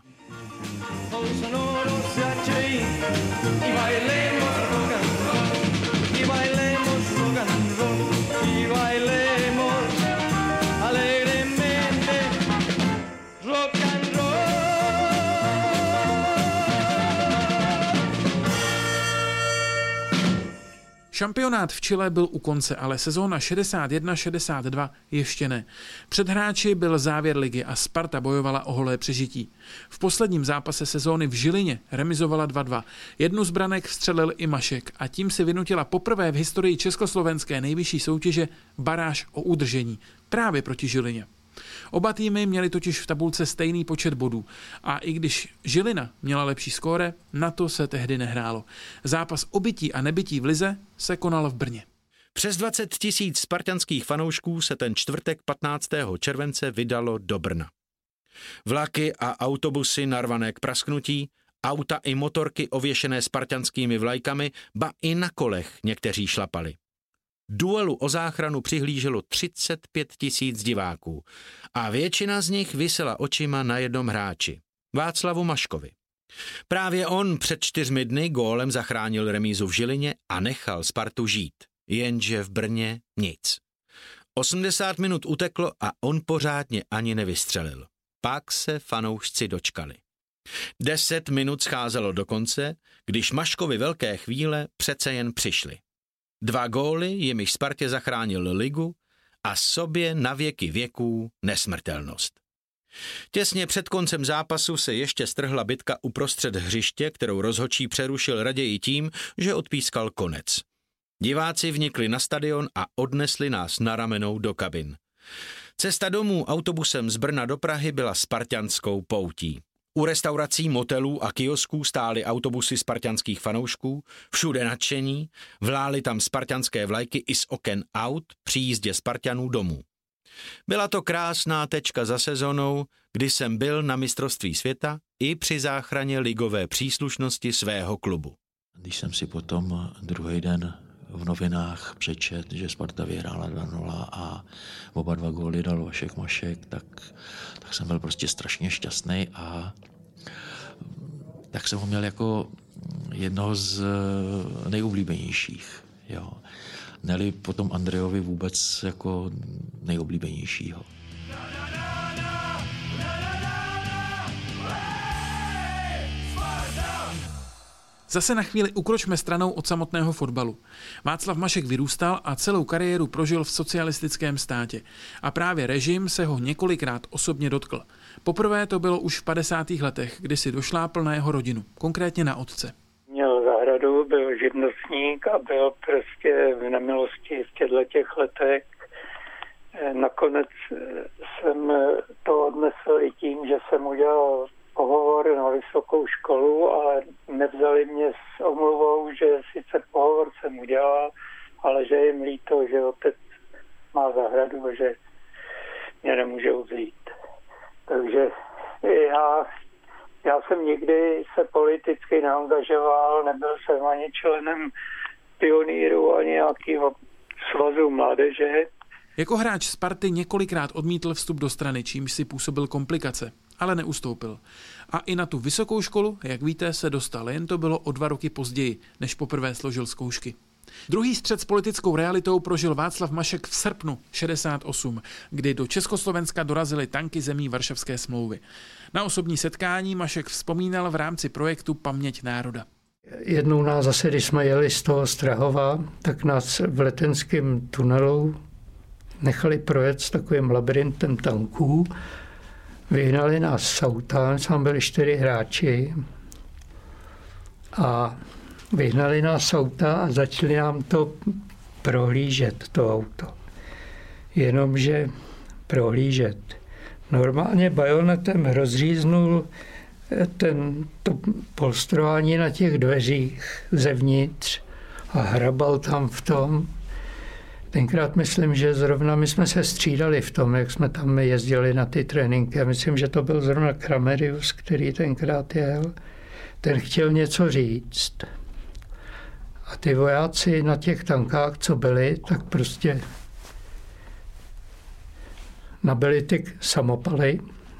Šampionát v Chile byl u konce, ale sezóna šedesát jedna šedesát dva ještě ne. Před hráči byl závěr ligy a Sparta bojovala o holé přežití. V posledním zápase sezóny v Žilině remizovala dva dva. Jednu z branek vstřelil i Mašek a tím si vynutila poprvé v historii československé nejvyšší soutěže baráž o udržení právě proti Žilině. Oba týmy měli totiž v tabulce stejný počet bodů a i když Žilina měla lepší skóre, na to se tehdy nehrálo. Zápas o bytí a nebytí v lize se konal v Brně. Přes dvacet tisíc spartanských fanoušků se ten čtvrtek patnáctého července vydalo do Brna. Vlaky a autobusy narvané k prasknutí, auta i motorky ověšené spartanskými vlajkami, ba i na kolech někteří šlapali. Duelu o záchranu přihlíželo třicet pět tisíc diváků a většina z nich visela očima na jednom hráči, Václavu Maškovi. Právě on před čtyřmi dny gólem zachránil remízu v Žilině a nechal Spartu žít, jenže v Brně nic. osmdesát minut uteklo a on pořádně ani nevystřelil. Pak se fanoušci dočkali. Deset minut scházelo do konce, když Maškovi velké chvíle přece jen přišly. Dva góly, jimiž Spartě zachránil ligu a sobě na věky věků nesmrtelnost. Těsně před koncem zápasu se ještě strhla bitka uprostřed hřiště, kterou rozhodčí přerušil raději tím, že odpískal konec. Diváci vnikli na stadion a odnesli nás na ramenou do kabin. Cesta domů autobusem z Brna do Prahy byla spartanskou poutí. U restaurací, motelů a kiosků stály autobusy spartanských fanoušků, všude nadšení, vlály tam spartanské vlajky i z oken aut při jízdě Spartanů domů. Byla to krásná tečka za sezónou, kdy jsem byl na mistrovství světa i při záchraně ligové příslušnosti svého klubu. Když jsem si potom druhý den v novinách přečet, že Sparta vyhrála dva nula a oba dva góly dal Vašek Mašek, tak, tak jsem byl prostě strašně šťastný a tak jsem ho měl jako jednoho z nejoblíbenějších. Jo. Neli potom Andrejovi vůbec jako nejoblíbenějšího. Zase na chvíli ukročme stranou od samotného fotbalu. Václav Mašek vyrůstal a celou kariéru prožil v socialistickém státě. A právě režim se ho několikrát osobně dotkl. Poprvé to bylo už v padesátých letech, kdy si došlápl na jeho rodinu, konkrétně na otce. Měl zahradu, byl živnostník a byl prostě v nemilosti v těchto těch letech. Nakonec jsem to odnesl i tím, že jsem udělal pohovor na vysokou školu, ale nevzali mě s omluvou, že sice pohovor jsem udělal, ale že je jim líto, že otec má zahradu a že mě nemůže vzít. Takže já, já jsem nikdy se politicky neangažoval, nebyl jsem ani členem pionýru, ani nějakého svazu mládeže. Jako hráč Sparty několikrát odmítl vstup do strany, čímž si působil komplikace, ale neustoupil. A i na tu vysokou školu, jak víte, se dostal, jen to bylo o dva roky později, než poprvé složil zkoušky. Druhý střet s politickou realitou prožil Václav Mašek v srpnu šedesát osm, kdy do Československa dorazily tanky zemí Varšavské smlouvy. Na osobní setkání Mašek vzpomínal v rámci projektu Paměť národa. Jednou nás zase, když jsme jeli z toho Strahova, tak nás v letenském tunelu nechali projet s takovým labirintem tanků. Vyhnali nás z auta, tam byli čtyři hráči a vyhnali nás z auta a začali nám to prohlížet, to auto. Jenomže prohlížet. Normálně bajonetem rozříznul ten, to polstrování na těch dveřích zevnitř a hrabal tam v tom. Tenkrát myslím, že zrovna my jsme se střídali v tom, jak jsme tam jezdili na ty tréninky. Já myslím, že to byl zrovna Kramerius, který tenkrát jel. Ten chtěl něco říct. A ty vojáci na těch tankách, co byli, tak prostě nabili ty samopaly.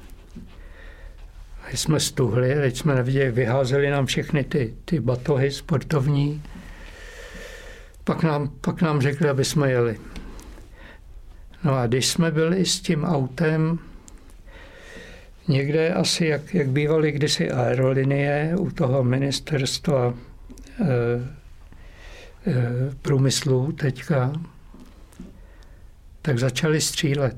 A jsme stuhli, teď jsme neviděli, vyházeli nám všechny ty, ty batohy sportovní. Pak nám, pak nám řekli, aby jsme jeli. No a když jsme byli s tím autem někde asi, jak, jak bývaly kdysi aerolinie u toho ministerstva e, e, průmyslu teďka, tak začali střílet.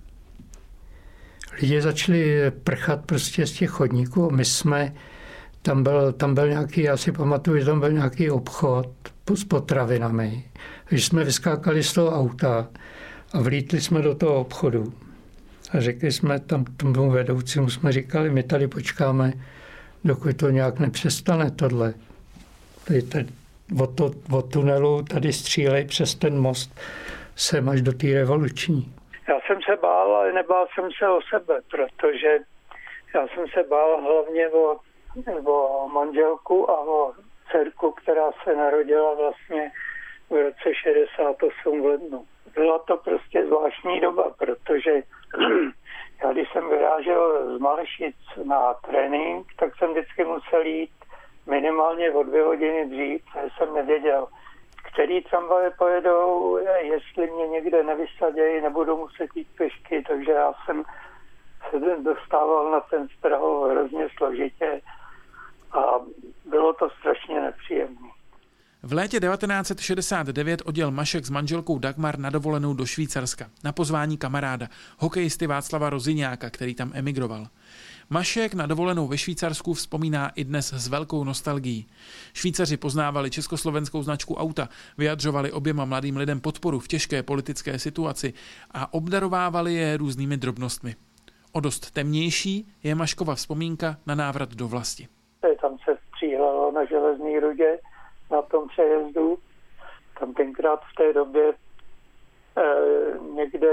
Lidi začali prchat prostě z těch chodníků. My jsme, tam byl, tam byl nějaký, já si pamatuju, že tam byl nějaký obchod s potravinami. Když jsme vyskákali z toho auta a vlítli jsme do toho obchodu a řekli jsme tam tomu vedoucímu, jsme říkali, my tady počkáme, dokud to nějak nepřestane tohle. Tady, tady, od, to, od tunelu tady střílej přes ten most sem až do té revoluční. Já jsem se bál, ale nebál jsem se o sebe, protože Já jsem se bál hlavně o, o manželku a o dcerku, která se narodila vlastně v roce šedesát osm v lednu. Byla to prostě zvláštní doba, protože já když jsem vyrážel z Malešic na trénink, tak jsem vždycky musel jít minimálně o dvě hodiny dřív, protože jsem nevěděl, který tramvaje pojedou, jestli mě někde nevysadějí, nebudu muset jít pěšky, takže já jsem se dostával na ten Strahov hrozně složitě a bylo to strašně nepříjemné. V létě devatenáct set šedesát devět odjel Mašek s manželkou Dagmar na dovolenou do Švýcarska na pozvání kamaráda, hokejisty Václava Roziňáka, který tam emigroval. Mašek na dovolenou ve Švýcarsku vzpomíná i dnes s velkou nostalgií. Švýcaři poznávali československou značku auta, vyjadřovali oběma mladým lidem podporu v těžké politické situaci a obdarovávali je různými drobnostmi. O dost temnější je Maškova vzpomínka na návrat do vlasti. Tam se stříhlelo na Železné rudě, na tom přejezdu. Tam tenkrát v té době e, někde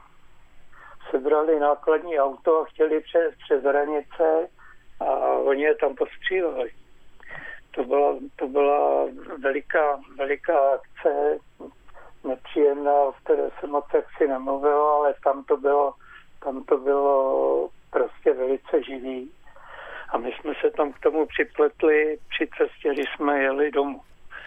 sebrali nákladní auto a chtěli přes, přes hranice a oni je tam postříleli. To byla, to byla veliká, veliká akce, nepříjemná, o které se moc jaksi nemluvilo, ale tam to bylo, tam to bylo prostě velice živý. A my jsme se tam k tomu připletli při cestě, když jsme jeli domů.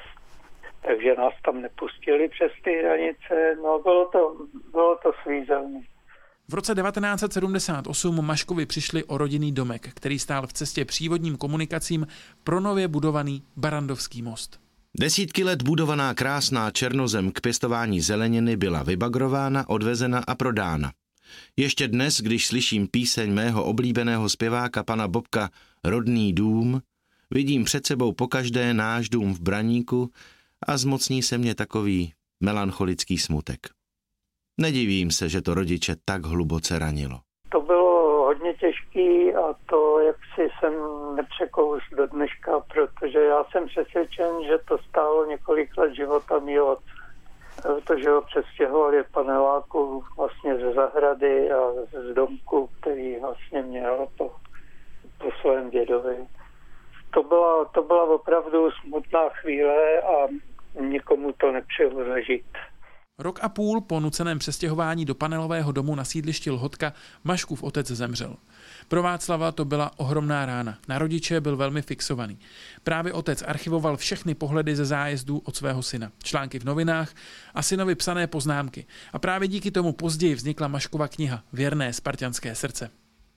Takže nás tam nepustili přes ty hranice, no bylo to, bylo to svízelné. V roce devatenáct set sedmdesát osm Maškovi přišli o rodinný domek, který stál v cestě přívodním komunikacím pro nově budovaný Barrandovský most. Desítky let budovaná krásná černozem k pěstování zeleniny byla vybagrována, odvezena a prodána. Ještě dnes, když slyším píseň mého oblíbeného zpěváka pana Bobka Rodný dům, vidím před sebou pokaždé náš dům v Braníku a zmocní se mě takový melancholický smutek. Nedivím se, že to rodiče tak hluboce ranilo. To bylo hodně těžký a to jaksi jsem nepřekous do dneška, protože já jsem přesvědčen, že to stálo několik let života mýho otce. Protože ho přestěhovali paneláku vlastně ze zahrady a z domku, který vlastně měl po, po svém dědovi. To byla, to byla opravdu smutná chvíle a nikomu to nepřeju zažít. Rok a půl po nuceném přestěhování do panelového domu na sídlišti Lhotka Maškův otec zemřel. Pro Václava to byla ohromná rána. Na rodiče byl velmi fixovaný. Právě otec archivoval všechny pohledy ze zájezdů od svého syna, články v novinách a synovi psané poznámky. A právě díky tomu později vznikla Maškova kniha Věrné spartanské srdce.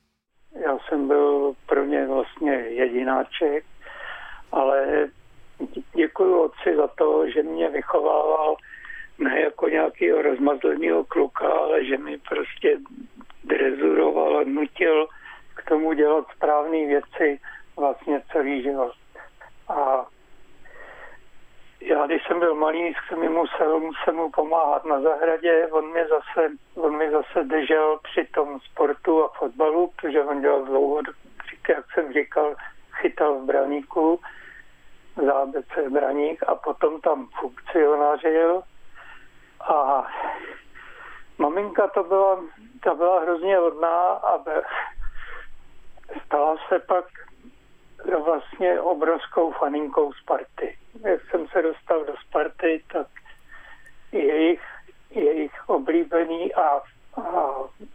Já jsem byl pro ně vlastně jedináček, ale děkuju otci za to, že mě vychovával ne jako nějakého rozmazleného kluka, ale že mi prostě drezuroval a nutil k tomu dělat správné věci vlastně celý život. A já, když jsem byl malý, jsem musel, musel mu pomáhat na zahradě, on mě zase, on mě zase držel při tom sportu a fotbalu, protože on dělal dlouho, jak jsem říkal, chytal v Braníku, za á bé cé Braník a potom tam funkcionařil. A maminka to byla, ta byla hrozně hodná a stala se pak vlastně obrovskou faninkou Sparty. Jak jsem se dostal do Sparty, tak jejich, jejich oblíbený a, a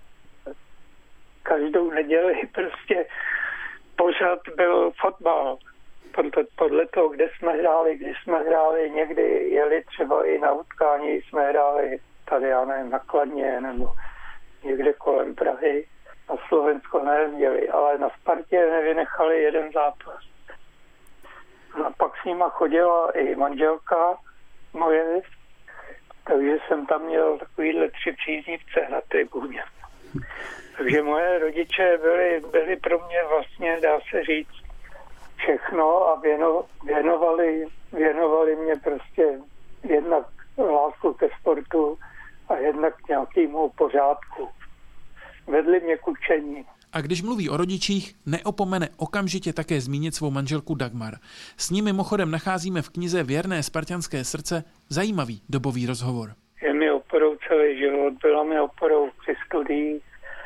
každou neděli prostě pořád byl fotbal. Podle toho, kde jsme hráli, když jsme hráli, někdy jeli třeba i na utkání, jsme hráli tady, já nevím, na Kladně nebo někde kolem Prahy. Na Slovensko nejezdili, ale na Spartě nevynechali jeden zápas. A pak s nima chodila i manželka moje, takže jsem tam měl takovýhle tři příznivce na tribuně. Takže moje rodiče byli, byli pro mě vlastně, dá se říct, všechno a věno, věnovali, věnovali mě prostě jednak lásku ke sportu a jednak k nějakému pořádku. Vedli mě k učení. A když mluví o rodičích, neopomene okamžitě také zmínit svou manželku Dagmar. S ní mimochodem nacházíme v knize Věrné spartanské srdce zajímavý dobový rozhovor. Je mi oporou celý život, byla mi oporou při studiích,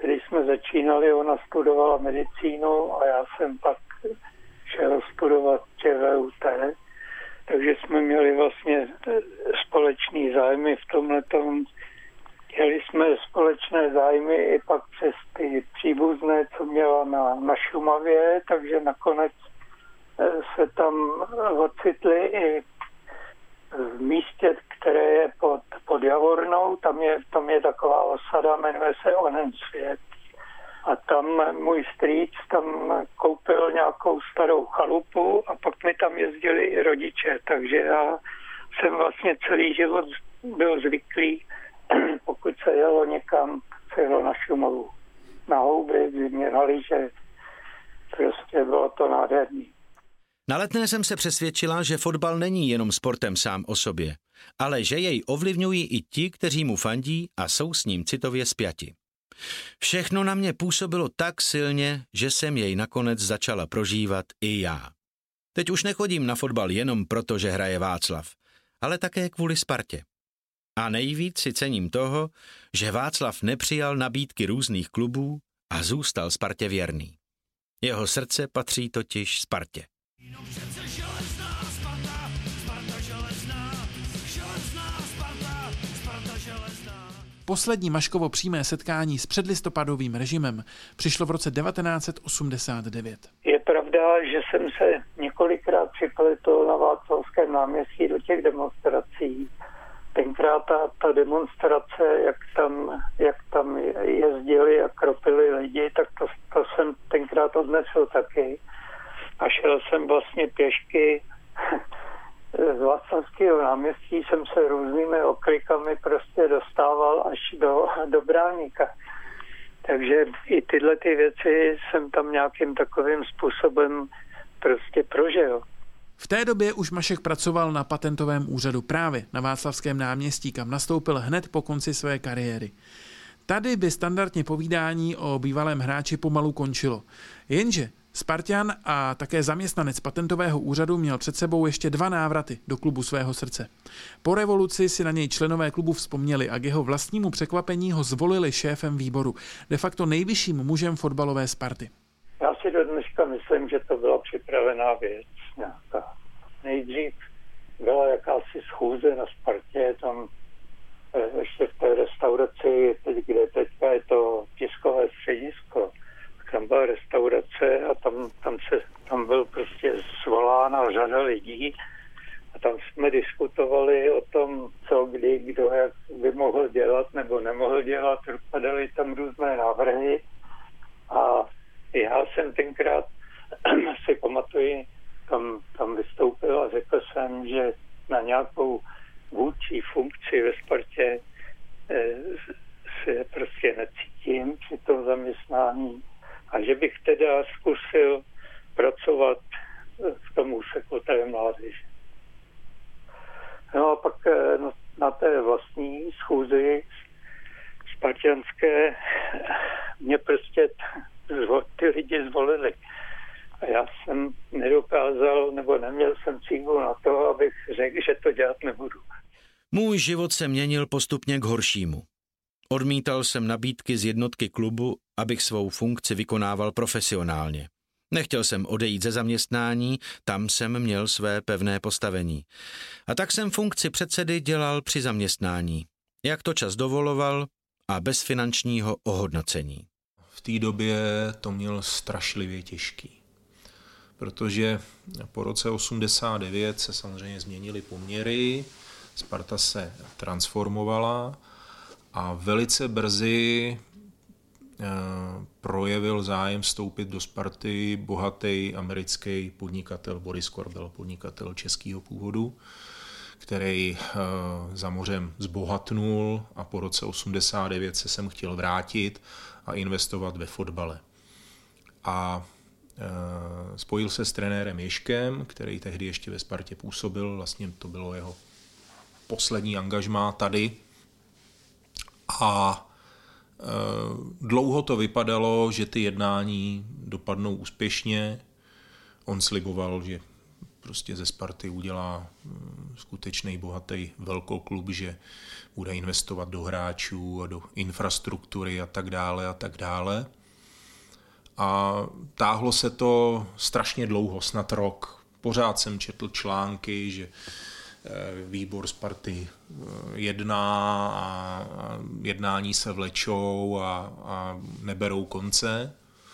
když jsme začínali, ona studovala medicínu a já jsem pak šel studovat ČVUT, takže jsme měli vlastně společný zájmy v tomhletom. Měli jsme společné zájmy i pak přes ty příbuzné, co měla na, na Šumavě, takže nakonec se tam ocitli i v místě, které je pod, pod Javornou, tam je, tam je taková osada, jmenuje se Onen svět. A tam můj strýc tam koupil nějakou starou chalupu a pak mi tam jezdili i rodiče, takže já jsem vlastně celý život byl zvyklý, pokud se jelo někam, se jelo na Šumovu, na houby, v zimě, na lyže, prostě bylo to nádherný. Na Letné jsem se přesvědčila, že fotbal není jenom sportem sám o sobě, ale že jej ovlivňují i ti, kteří mu fandí a jsou s ním citově spjati. Všechno na mě působilo tak silně, že jsem jej nakonec začala prožívat i já. Teď už nechodím na fotbal jenom proto, že hraje Václav, ale také kvůli Spartě. A nejvíc si cením toho, že Václav nepřijal nabídky různých klubů a zůstal Spartě věrný. Jeho srdce patří totiž Spartě. Poslední Maškovo přímé setkání s předlistopadovým režimem přišlo v roce devatenáct set osmdesát devět. Je pravda, že jsem se několikrát připletl na Václavském náměstí do těch demonstrací. Tenkrát ta, ta demonstrace, jak tam, jak tam jezdili a kropili lidi, tak to, to jsem tenkrát odnesl taky. A šel jsem vlastně pěšky z Václavského náměstí, jsem se různými oklikami prostě dostával až do, do Bráníka. Takže i tyhle ty věci jsem tam nějakým takovým způsobem prostě prožil. V té době už Mašek pracoval na patentovém úřadu právě na Václavském náměstí, kam nastoupil hned po konci své kariéry. Tady by standardně povídání o bývalém hráči pomalu končilo. Jenže Spartan a také zaměstnanec patentového úřadu měl před sebou ještě dva návraty do klubu svého srdce. Po revoluci si na něj členové klubu vzpomněli a k jeho vlastnímu překvapení ho zvolili šéfem výboru, de facto nejvyšším mužem fotbalové Sparty. Já si do dneška myslím, že to byla připravená věc nějaká. Nejdřív byla jakási schůze na Spartě, tam ještě v té restauraci, kde teďka je to tiskové středisko, tam byla restaurace a tam, tam, se, tam byl prostě svolána řada lidí a tam jsme diskutovali o tom, co kdy, kdo jak by mohl dělat nebo nemohl dělat, padaly tam různé návrhy a já jsem tenkrát si pamatuji, tam, tam vystoupil a řekl jsem, že na nějakou vůdčí funkci ve Spartě eh, se prostě necítím při tom zaměstnání a že bych teda zkusil pracovat v tom úseku té mládeže. No a pak no, na té vlastní schůzi spartanské mě prostě ty lidi zvolili. A já jsem nedokázal, nebo neměl jsem sílu na to, abych řekl, že to dělat nebudu. Můj život se měnil postupně k horšímu. Odmítal jsem nabídky z jednotky klubu, abych svou funkci vykonával profesionálně. Nechtěl jsem odejít ze zaměstnání, tam jsem měl své pevné postavení. A tak jsem funkci předsedy dělal při zaměstnání, jak to čas dovoloval a bez finančního ohodnocení. V té době to měl strašlivě těžký, protože po roce osmdesát devět se samozřejmě změnily poměry, Sparta se transformovala a velice brzy projevil zájem vstoupit do Sparty bohatý americký podnikatel Boris Korbel, podnikatel českého původu, který za mořem zbohatnul a po roce osmdesát devět se sem chtěl vrátit a investovat ve fotbale. A spojil se s trenérem Ježkem, který tehdy ještě ve Spartě působil, vlastně to bylo jeho poslední angažmá tady. A dlouho to vypadalo, že ty jednání dopadnou úspěšně. On sliboval, že prostě ze Sparty udělá skutečný bohatý velkoklub, že bude investovat do hráčů a do infrastruktury a tak dále a tak dále. A táhlo se to strašně dlouho, snad rok. Pořád jsem četl články, že výbor Sparty jedná a jednání se vlečou a, a neberou konce.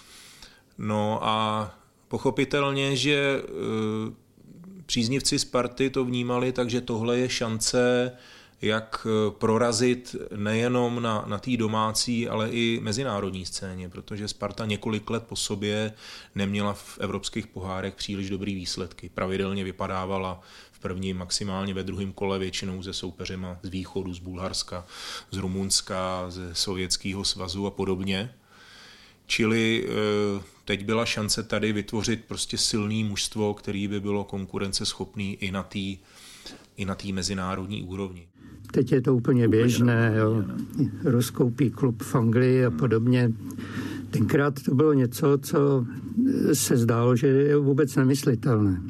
No a pochopitelně, že příznivci Sparty to vnímali, takže tohle je šance, jak prorazit nejenom na, na té domácí, ale i mezinárodní scéně, protože Sparta několik let po sobě neměla v evropských pohárech příliš dobrý výsledky. Pravidelně vypadávala v prvním, maximálně ve druhém kole většinou se soupeřema z východu, z Bulharska, z Rumunska, ze Sovětského svazu a podobně. Čili teď byla šance tady vytvořit prostě silný mužstvo, který by bylo konkurenceschopný i na té i na té mezinárodní úrovni. Teď je to úplně běžné, jo. Rozkoupí klub v Anglii a podobně. Tenkrát to bylo něco, co se zdálo, že je vůbec nemyslitelné.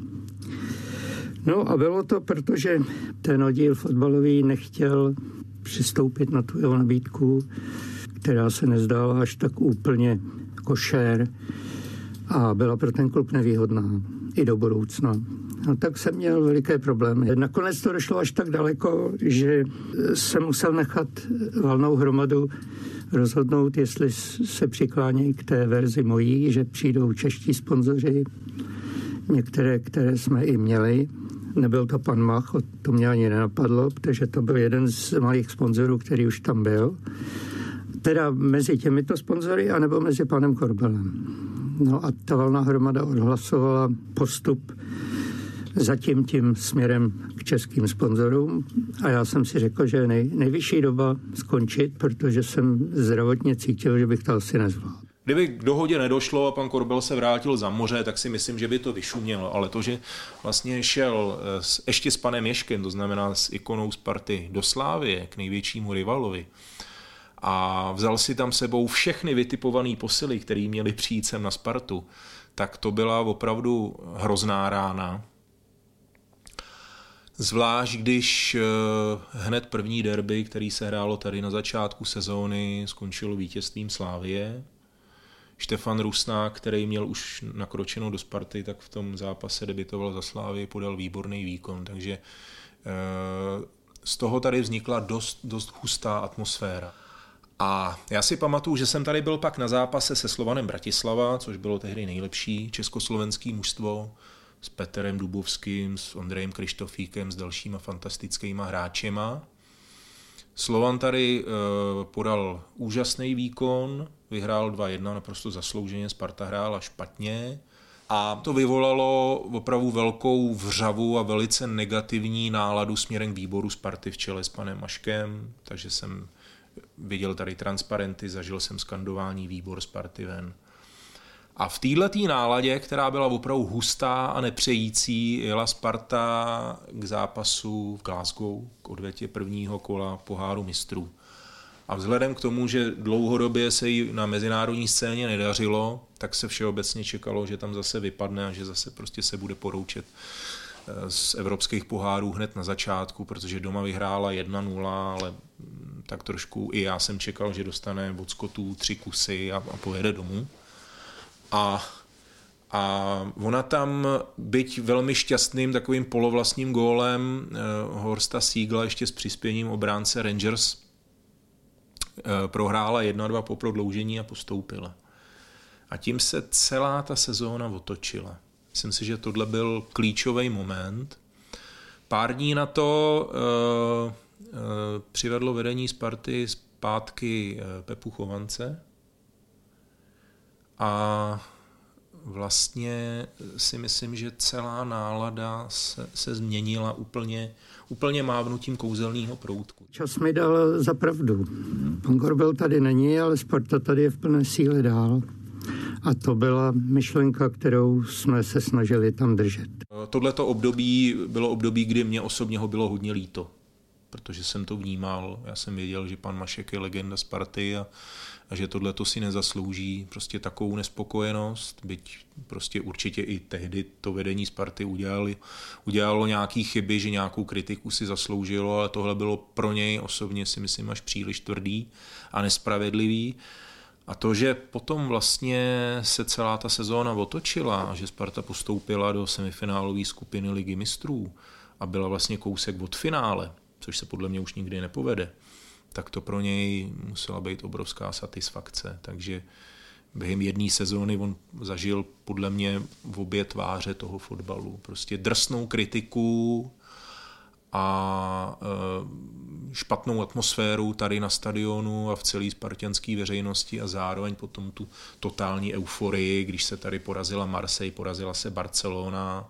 No a bylo to, protože ten oddíl fotbalový nechtěl přistoupit na tu jeho nabídku, která se nezdála až tak úplně košer a byla pro ten klub nevýhodná i do budoucna. No, tak jsem měl veliké problémy. Nakonec to došlo až tak daleko, že jsem musel nechat valnou hromadu rozhodnout, jestli se přiklánějí k té verzi mojí, že přijdou čeští sponzoři, některé, které jsme i měli. Nebyl to pan Mach, to mě ani nenapadlo, protože to byl jeden z malých sponzorů, který už tam byl. Teda mezi těmito sponzory, anebo mezi panem Korbelem. No a ta valná hromada odhlasovala postup zatím tím směrem k českým sponzorům a já jsem si řekl, že je nej, nejvyšší doba skončit, protože jsem zdravotně cítil, že bych to asi nezvládl. Kdyby k dohodě nedošlo a pan Korbel se vrátil za moře, tak si myslím, že by to vyšumělo, ale to, že vlastně šel s, ještě s panem Ježkem, to znamená s ikonou Sparty do Slávie, k největšímu rivalovi, a vzal si tam sebou všechny vytipované posily, které měly přijít sem na Spartu, tak to byla opravdu hrozná rána. Zvlášť když hned první derby, který se hrálo tady na začátku sezóny, skončilo vítězstvím Slávie. Štefan Rusnák, který měl už nakročeno do Sparty, tak v tom zápase debitoval za Slávii, podal výborný výkon, takže z toho tady vznikla dost, dost hustá atmosféra. A já si pamatuju, že jsem tady byl pak na zápase se Slovanem Bratislava, což bylo tehdy nejlepší československý mužstvo, s Petrem Dubovským, s Ondrejem Krištofíkem, s dalšíma fantastickýma hráčema. Slovan tady e, podal úžasný výkon, vyhrál dva jedna, naprosto zaslouženě, Sparta hrála špatně a to vyvolalo opravdu velkou vřavu a velice negativní náladu směrem k výboru Sparty v čele s panem Maškem, takže jsem viděl tady transparenty, zažil jsem skandování výbor Sparty ven. A v této náladě, která byla opravdu hustá a nepřející, jela Sparta k zápasu v Glasgow, k odvetě prvního kola poháru mistrů. A vzhledem k tomu, že dlouhodobě se jí na mezinárodní scéně nedařilo, tak se všeobecně čekalo, že tam zase vypadne a že zase prostě se bude poroučet z evropských pohárů hned na začátku, protože doma vyhrála jedna nula, ale tak trošku i já jsem čekal, že dostane od Skotů tři kusy a, a pojede domů. A, a ona tam, byť velmi šťastným takovým polovlastním gólem eh, Horsta Siegla ještě s přispěním obránce Rangers eh, prohrála jedna dva po prodloužení a postoupila. A tím se celá ta sezóna otočila. Myslím si, že tohle byl klíčový moment. Pár dní na to eh, eh, přivedlo vedení Sparty zpátky eh, Pepu Chovance. A vlastně si myslím, že celá nálada se, se změnila úplně, úplně mávnutím kouzelného proutku. Čas mi dal za pravdu. Pan Korbel tady není, ale Sparta tady je v plné síle dál. A to byla myšlenka, kterou jsme se snažili tam držet. Tohleto období bylo období, kdy mě osobně ho bylo hodně líto. protože jsem to vnímal. Já jsem věděl, že pan Mašek je legenda Sparty a, a že tohle to si nezaslouží prostě takovou nespokojenost, byť prostě určitě i tehdy to vedení Sparty udělali, udělalo nějaký chyby, že nějakou kritiku si zasloužilo, ale tohle bylo pro něj osobně si myslím až příliš tvrdý a nespravedlivý. A to, že potom vlastně se celá ta sezóna otočila a že Sparta postoupila do semifinálové skupiny Ligy mistrů a byla vlastně kousek od finále, což se podle mě už nikdy nepovede, tak to pro něj musela být obrovská satisfakce. Takže během jedné sezóny on zažil podle mě v obě tváře toho fotbalu. Prostě drsnou kritiku a špatnou atmosféru tady na stadionu a v celé spartanské veřejnosti a zároveň potom tu totální euforii, když se tady porazila Marseille, porazila se Barcelona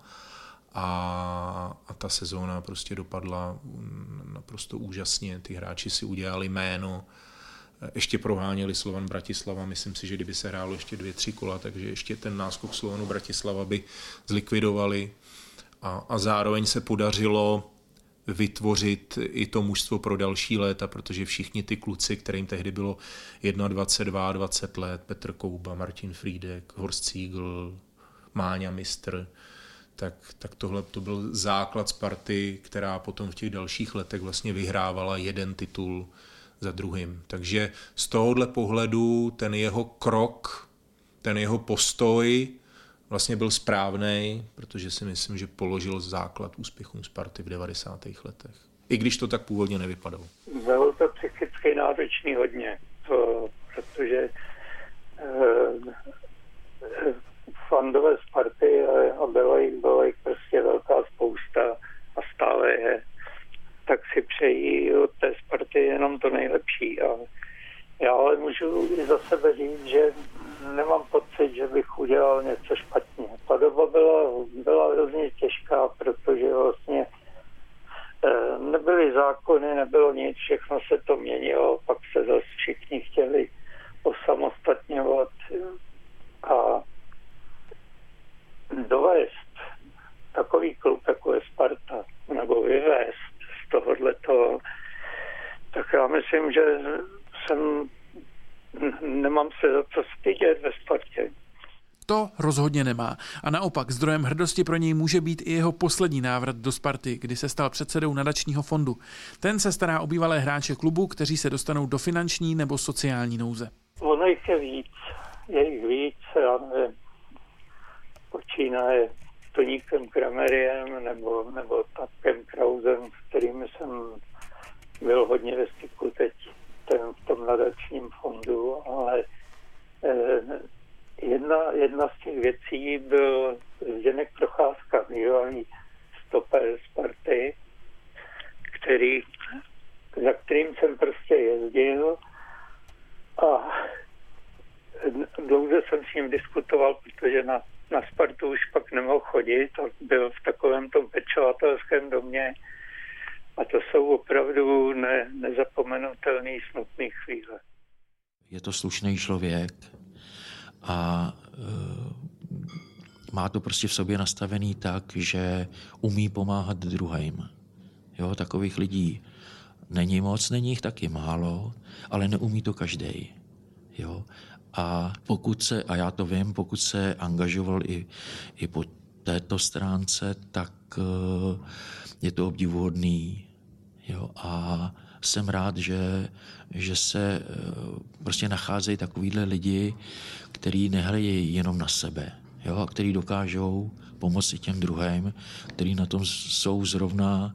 a, a ta sezóna prostě dopadla naprosto úžasně. Ty hráči si udělali jméno, ještě proháněli Slovan Bratislava, myslím si, že kdyby se hrálo ještě dvě, tři kola, takže ještě ten náskok Slovanu Bratislava by zlikvidovali a, a zároveň se podařilo vytvořit i to mužstvo pro další léta, protože všichni ty kluci, kterým tehdy bylo dvacet jedna, dvacet dva let, Petr Kouba, Martin Frýdek, Horst Siegl, Máňa Mistr, tak, tak tohle to byl základ Sparty, která potom v těch dalších letech vlastně vyhrávala jeden titul za druhým. Takže z tohohle pohledu ten jeho krok, ten jeho postoj vlastně byl správnej, protože si myslím, že položil základ úspěchům Sparty v devadesátých letech. I když to tak původně nevypadalo. Bylo to psychicky náročný hodně, to, protože eh, fandové Sparty a bylo jich, bylo jich prostě velká spousta a stále je, tak si přejí od té Sparty jenom to nejlepší. A já ale můžu i za sebe říct, že nemám pocit, že bych udělal něco špatně. Ta doba byla, byla hrozně těžká, protože vlastně e, nebyly zákony, nebylo nic, všechno se to měnilo, pak se zase všichni chtěli osamostatňovat a dovést takový klub, jako je Sparta, nebo vyvést z tohohletoho, tak já myslím, že jsem nemám se za co stydět ve Spartě. To rozhodně nemá. A naopak zdrojem hrdosti pro něj může být i jeho poslední návrat do Sparty, kdy se stal předsedou nadačního fondu. Ten se stará o bývalé hráče klubu, kteří se dostanou do finanční nebo sociální nouze. Ono jich je víc. Je jich víc, já nevím. Počínaje Toníkem Krameriem nebo, nebo Tatkem Krausem, s kterými jsem byl hodně ve styku teď ten, v tom nadačním fondu, ale eh, jedna, jedna z těch věcí byl Zdeněk Procházka, bývalý stoper Sparty, který, za kterým jsem prostě jezdil a dlouze jsem s ním diskutoval, protože na, na Spartu už pak nemohl chodit a byl v takovém tom pečovatelském domě. A to jsou opravdu ne, nezapomenutelné smutné chvíle. Je to slušný člověk a e, má to prostě v sobě nastavený tak, že umí pomáhat druhým. Jo, takových lidí není moc, není jich taky málo, ale neumí to každej. Jo. A pokud se, a já to vím, pokud se angažoval i, i po této stránce, tak e, je to obdivuhodný. Jo, a jsem rád, že, že se prostě nacházejí takovýhle lidi, kteří nehlejí jenom na sebe, jo, a kteří dokážou pomoci těm druhým, kteří na tom jsou zrovna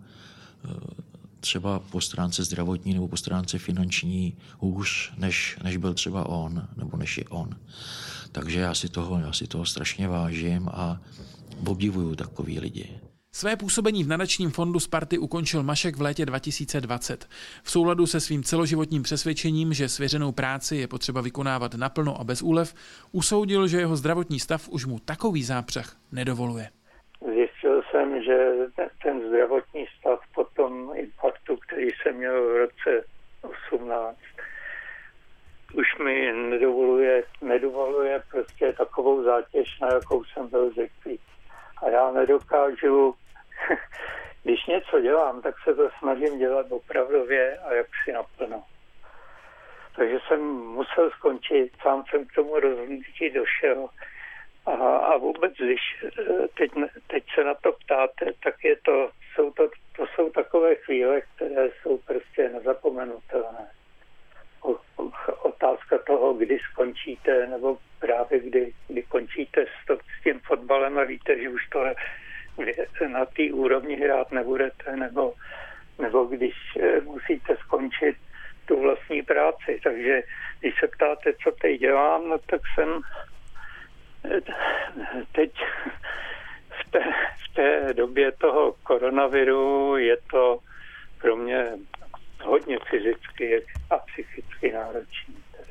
třeba po stránce zdravotní nebo po stránce finanční hůř, než, než byl třeba on, nebo než je on. Takže já si toho, já si toho strašně vážím a obdivuju takový lidi. Své působení v nadačním fondu Sparty ukončil Mašek v létě dva tisíce dvacet. V souladu se svým celoživotním přesvědčením, že svěřenou práci je potřeba vykonávat naplno a bez úlev, usoudil, že jeho zdravotní stav už mu takový zápřah nedovoluje. Zjistil jsem, že ten zdravotní stav po tom infarktu, který jsem měl v roce osmnáct, už mi nedovoluje, nedovoluje prostě takovou zátěž, na jakou jsem byl zvyklý. A já nedokážu, když mě něco dělám, tak se to snažím dělat opravdově a jaksi naplno. Takže jsem musel skončit, sám jsem k tomu rozhodnutí došel. A, a vůbec, když teď, teď se na to ptáte, tak je to, jsou to, to jsou takové chvíle, které jsou prostě nezapomenutelné. O, o, otázka toho, kdy skončíte, nebo právě kdy, kdy končíte s, to, s tím fotbalem a víte, že už to na té úrovni hrát nebudete, nebo, nebo když musíte skončit tu vlastní práci. Takže když se ptáte, co teď dělám, no tak jsem teď v té, v té době toho koronaviru je to pro mě hodně fyzicky a psychicky náročné.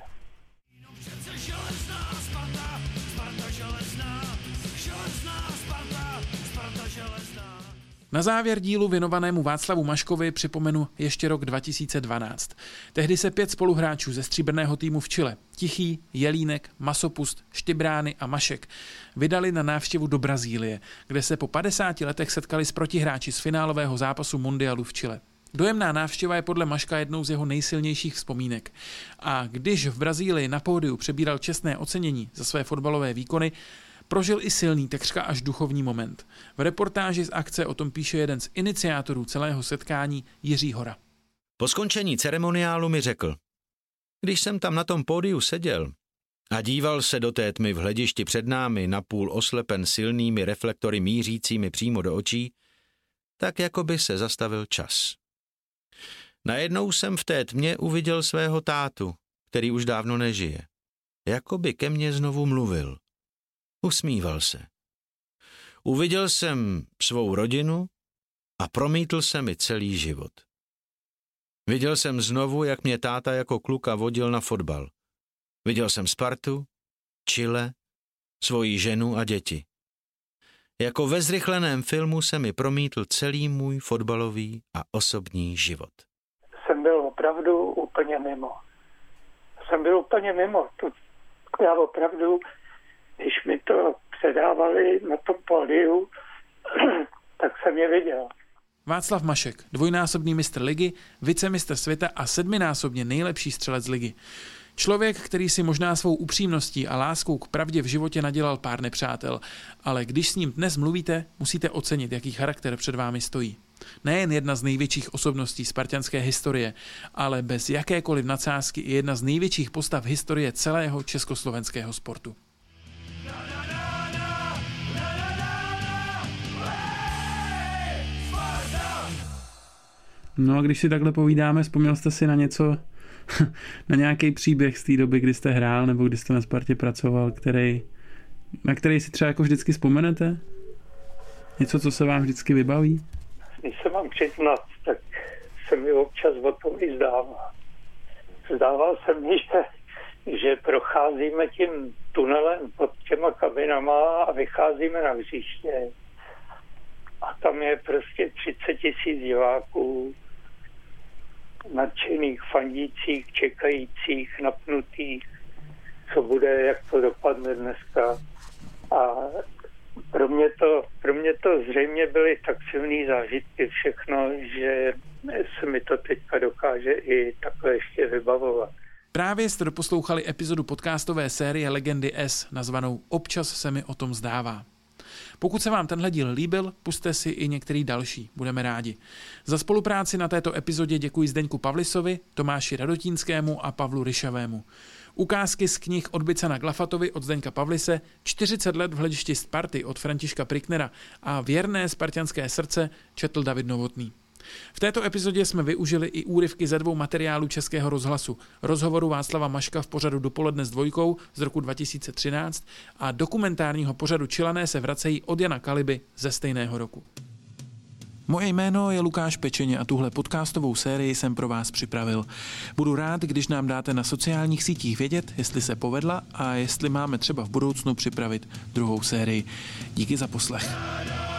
Na závěr dílu věnovanému Václavu Maškovi připomenu ještě rok dva tisíce dvanáct. Tehdy se pět spoluhráčů ze stříbrného týmu v Chile, Tichý, Jelínek, Masopust, Štybrány a Mašek, vydali na návštěvu do Brazílie, kde se po padesáti letech setkali s protihráči z finálového zápasu mundialu v Chile. Dojemná návštěva je podle Maška jednou z jeho nejsilnějších vzpomínek. A když v Brazílii na pódiu přebíral čestné ocenění za své fotbalové výkony, prožil i silný, takřka až duchovní moment. V reportáži z akce o tom píše jeden z iniciátorů celého setkání, Jiří Hora. Po skončení ceremoniálu mi řekl: když jsem tam na tom pódiu seděl a díval se do té tmy v hledišti před námi, napůl oslepen silnými reflektory mířícími přímo do očí, tak jako by se zastavil čas. Najednou jsem v té tmě uviděl svého tátu, který už dávno nežije. Jako by ke mně znovu mluvil. Usmíval se. Uviděl jsem svou rodinu a promítl se mi celý život. Viděl jsem znovu, jak mě táta jako kluka vodil na fotbal. Viděl jsem Spartu, Chile, svoji ženu a děti. Jako ve zrychleném filmu se mi promítl celý můj fotbalový a osobní život. Jsem byl opravdu úplně mimo. Jsem byl úplně mimo. Já opravdu, když mi to předávali na tom pódiu, tak jsem je viděl. Václav Mašek, dvojnásobný mistr ligy, vicemistr světa a sedminásobně nejlepší střelec ligy. Člověk, který si možná svou upřímností a láskou k pravdě v životě nadělal pár nepřátel, ale když s ním dnes mluvíte, musíte ocenit, jaký charakter před vámi stojí. Nejen jedna z největších osobností spartanské historie, ale bez jakékoliv nadsázky i jedna z největších postav historie celého československého sportu. No a když si takhle povídáme, vzpomněl jste si na něco, na nějaký příběh z té doby, kdy jste hrál nebo kdy jste na Spartě pracoval, který, na který si třeba jako vždycky vzpomenete? Něco, co se vám vždycky vybaví? Když se mám přiznat, tak se mi občas o tom i zdává. Zdával se mi, že, že procházíme tím tunelem pod těma kabinama a vycházíme na hřiště. A tam je prostě třicet tisíc diváků, nadšených, fandících, čekajících, napnutých, co bude, jak to dopadne dneska. A pro mě to, pro mě to zřejmě byly tak silný zážitky všechno, že se mi to teďka dokáže i takhle ještě vybavovat. Právě jste doposlouchali epizodu podcastové série Legendy S, nazvanou Občas se mi o tom zdává. Pokud se vám tenhle díl líbil, pusťte si i některý další, budeme rádi. Za spolupráci na této epizodě děkuji Zdeňku Pavlisovi, Tomáši Radotínskému a Pavlu Ryšavému. Ukázky z knih od Bicana Glafatovi od Zdeňka Pavlise, čtyřicet let v hledišti Sparty od Františka Priknera a Věrné spartanské srdce četl David Novotný. V této epizodě jsme využili i úryvky ze dvou materiálů Českého rozhlasu, rozhovoru Václava Maška v pořadu Dopoledne s dvojkou z roku dva tisíce třináct a dokumentárního pořadu Čilané se vracejí od Jana Kaliby ze stejného roku. Moje jméno je Lukáš Pečeně a tuhle podcastovou sérii jsem pro vás připravil. Budu rád, když nám dáte na sociálních sítích vědět, jestli se povedla a jestli máme třeba v budoucnu připravit druhou sérii. Díky za poslech.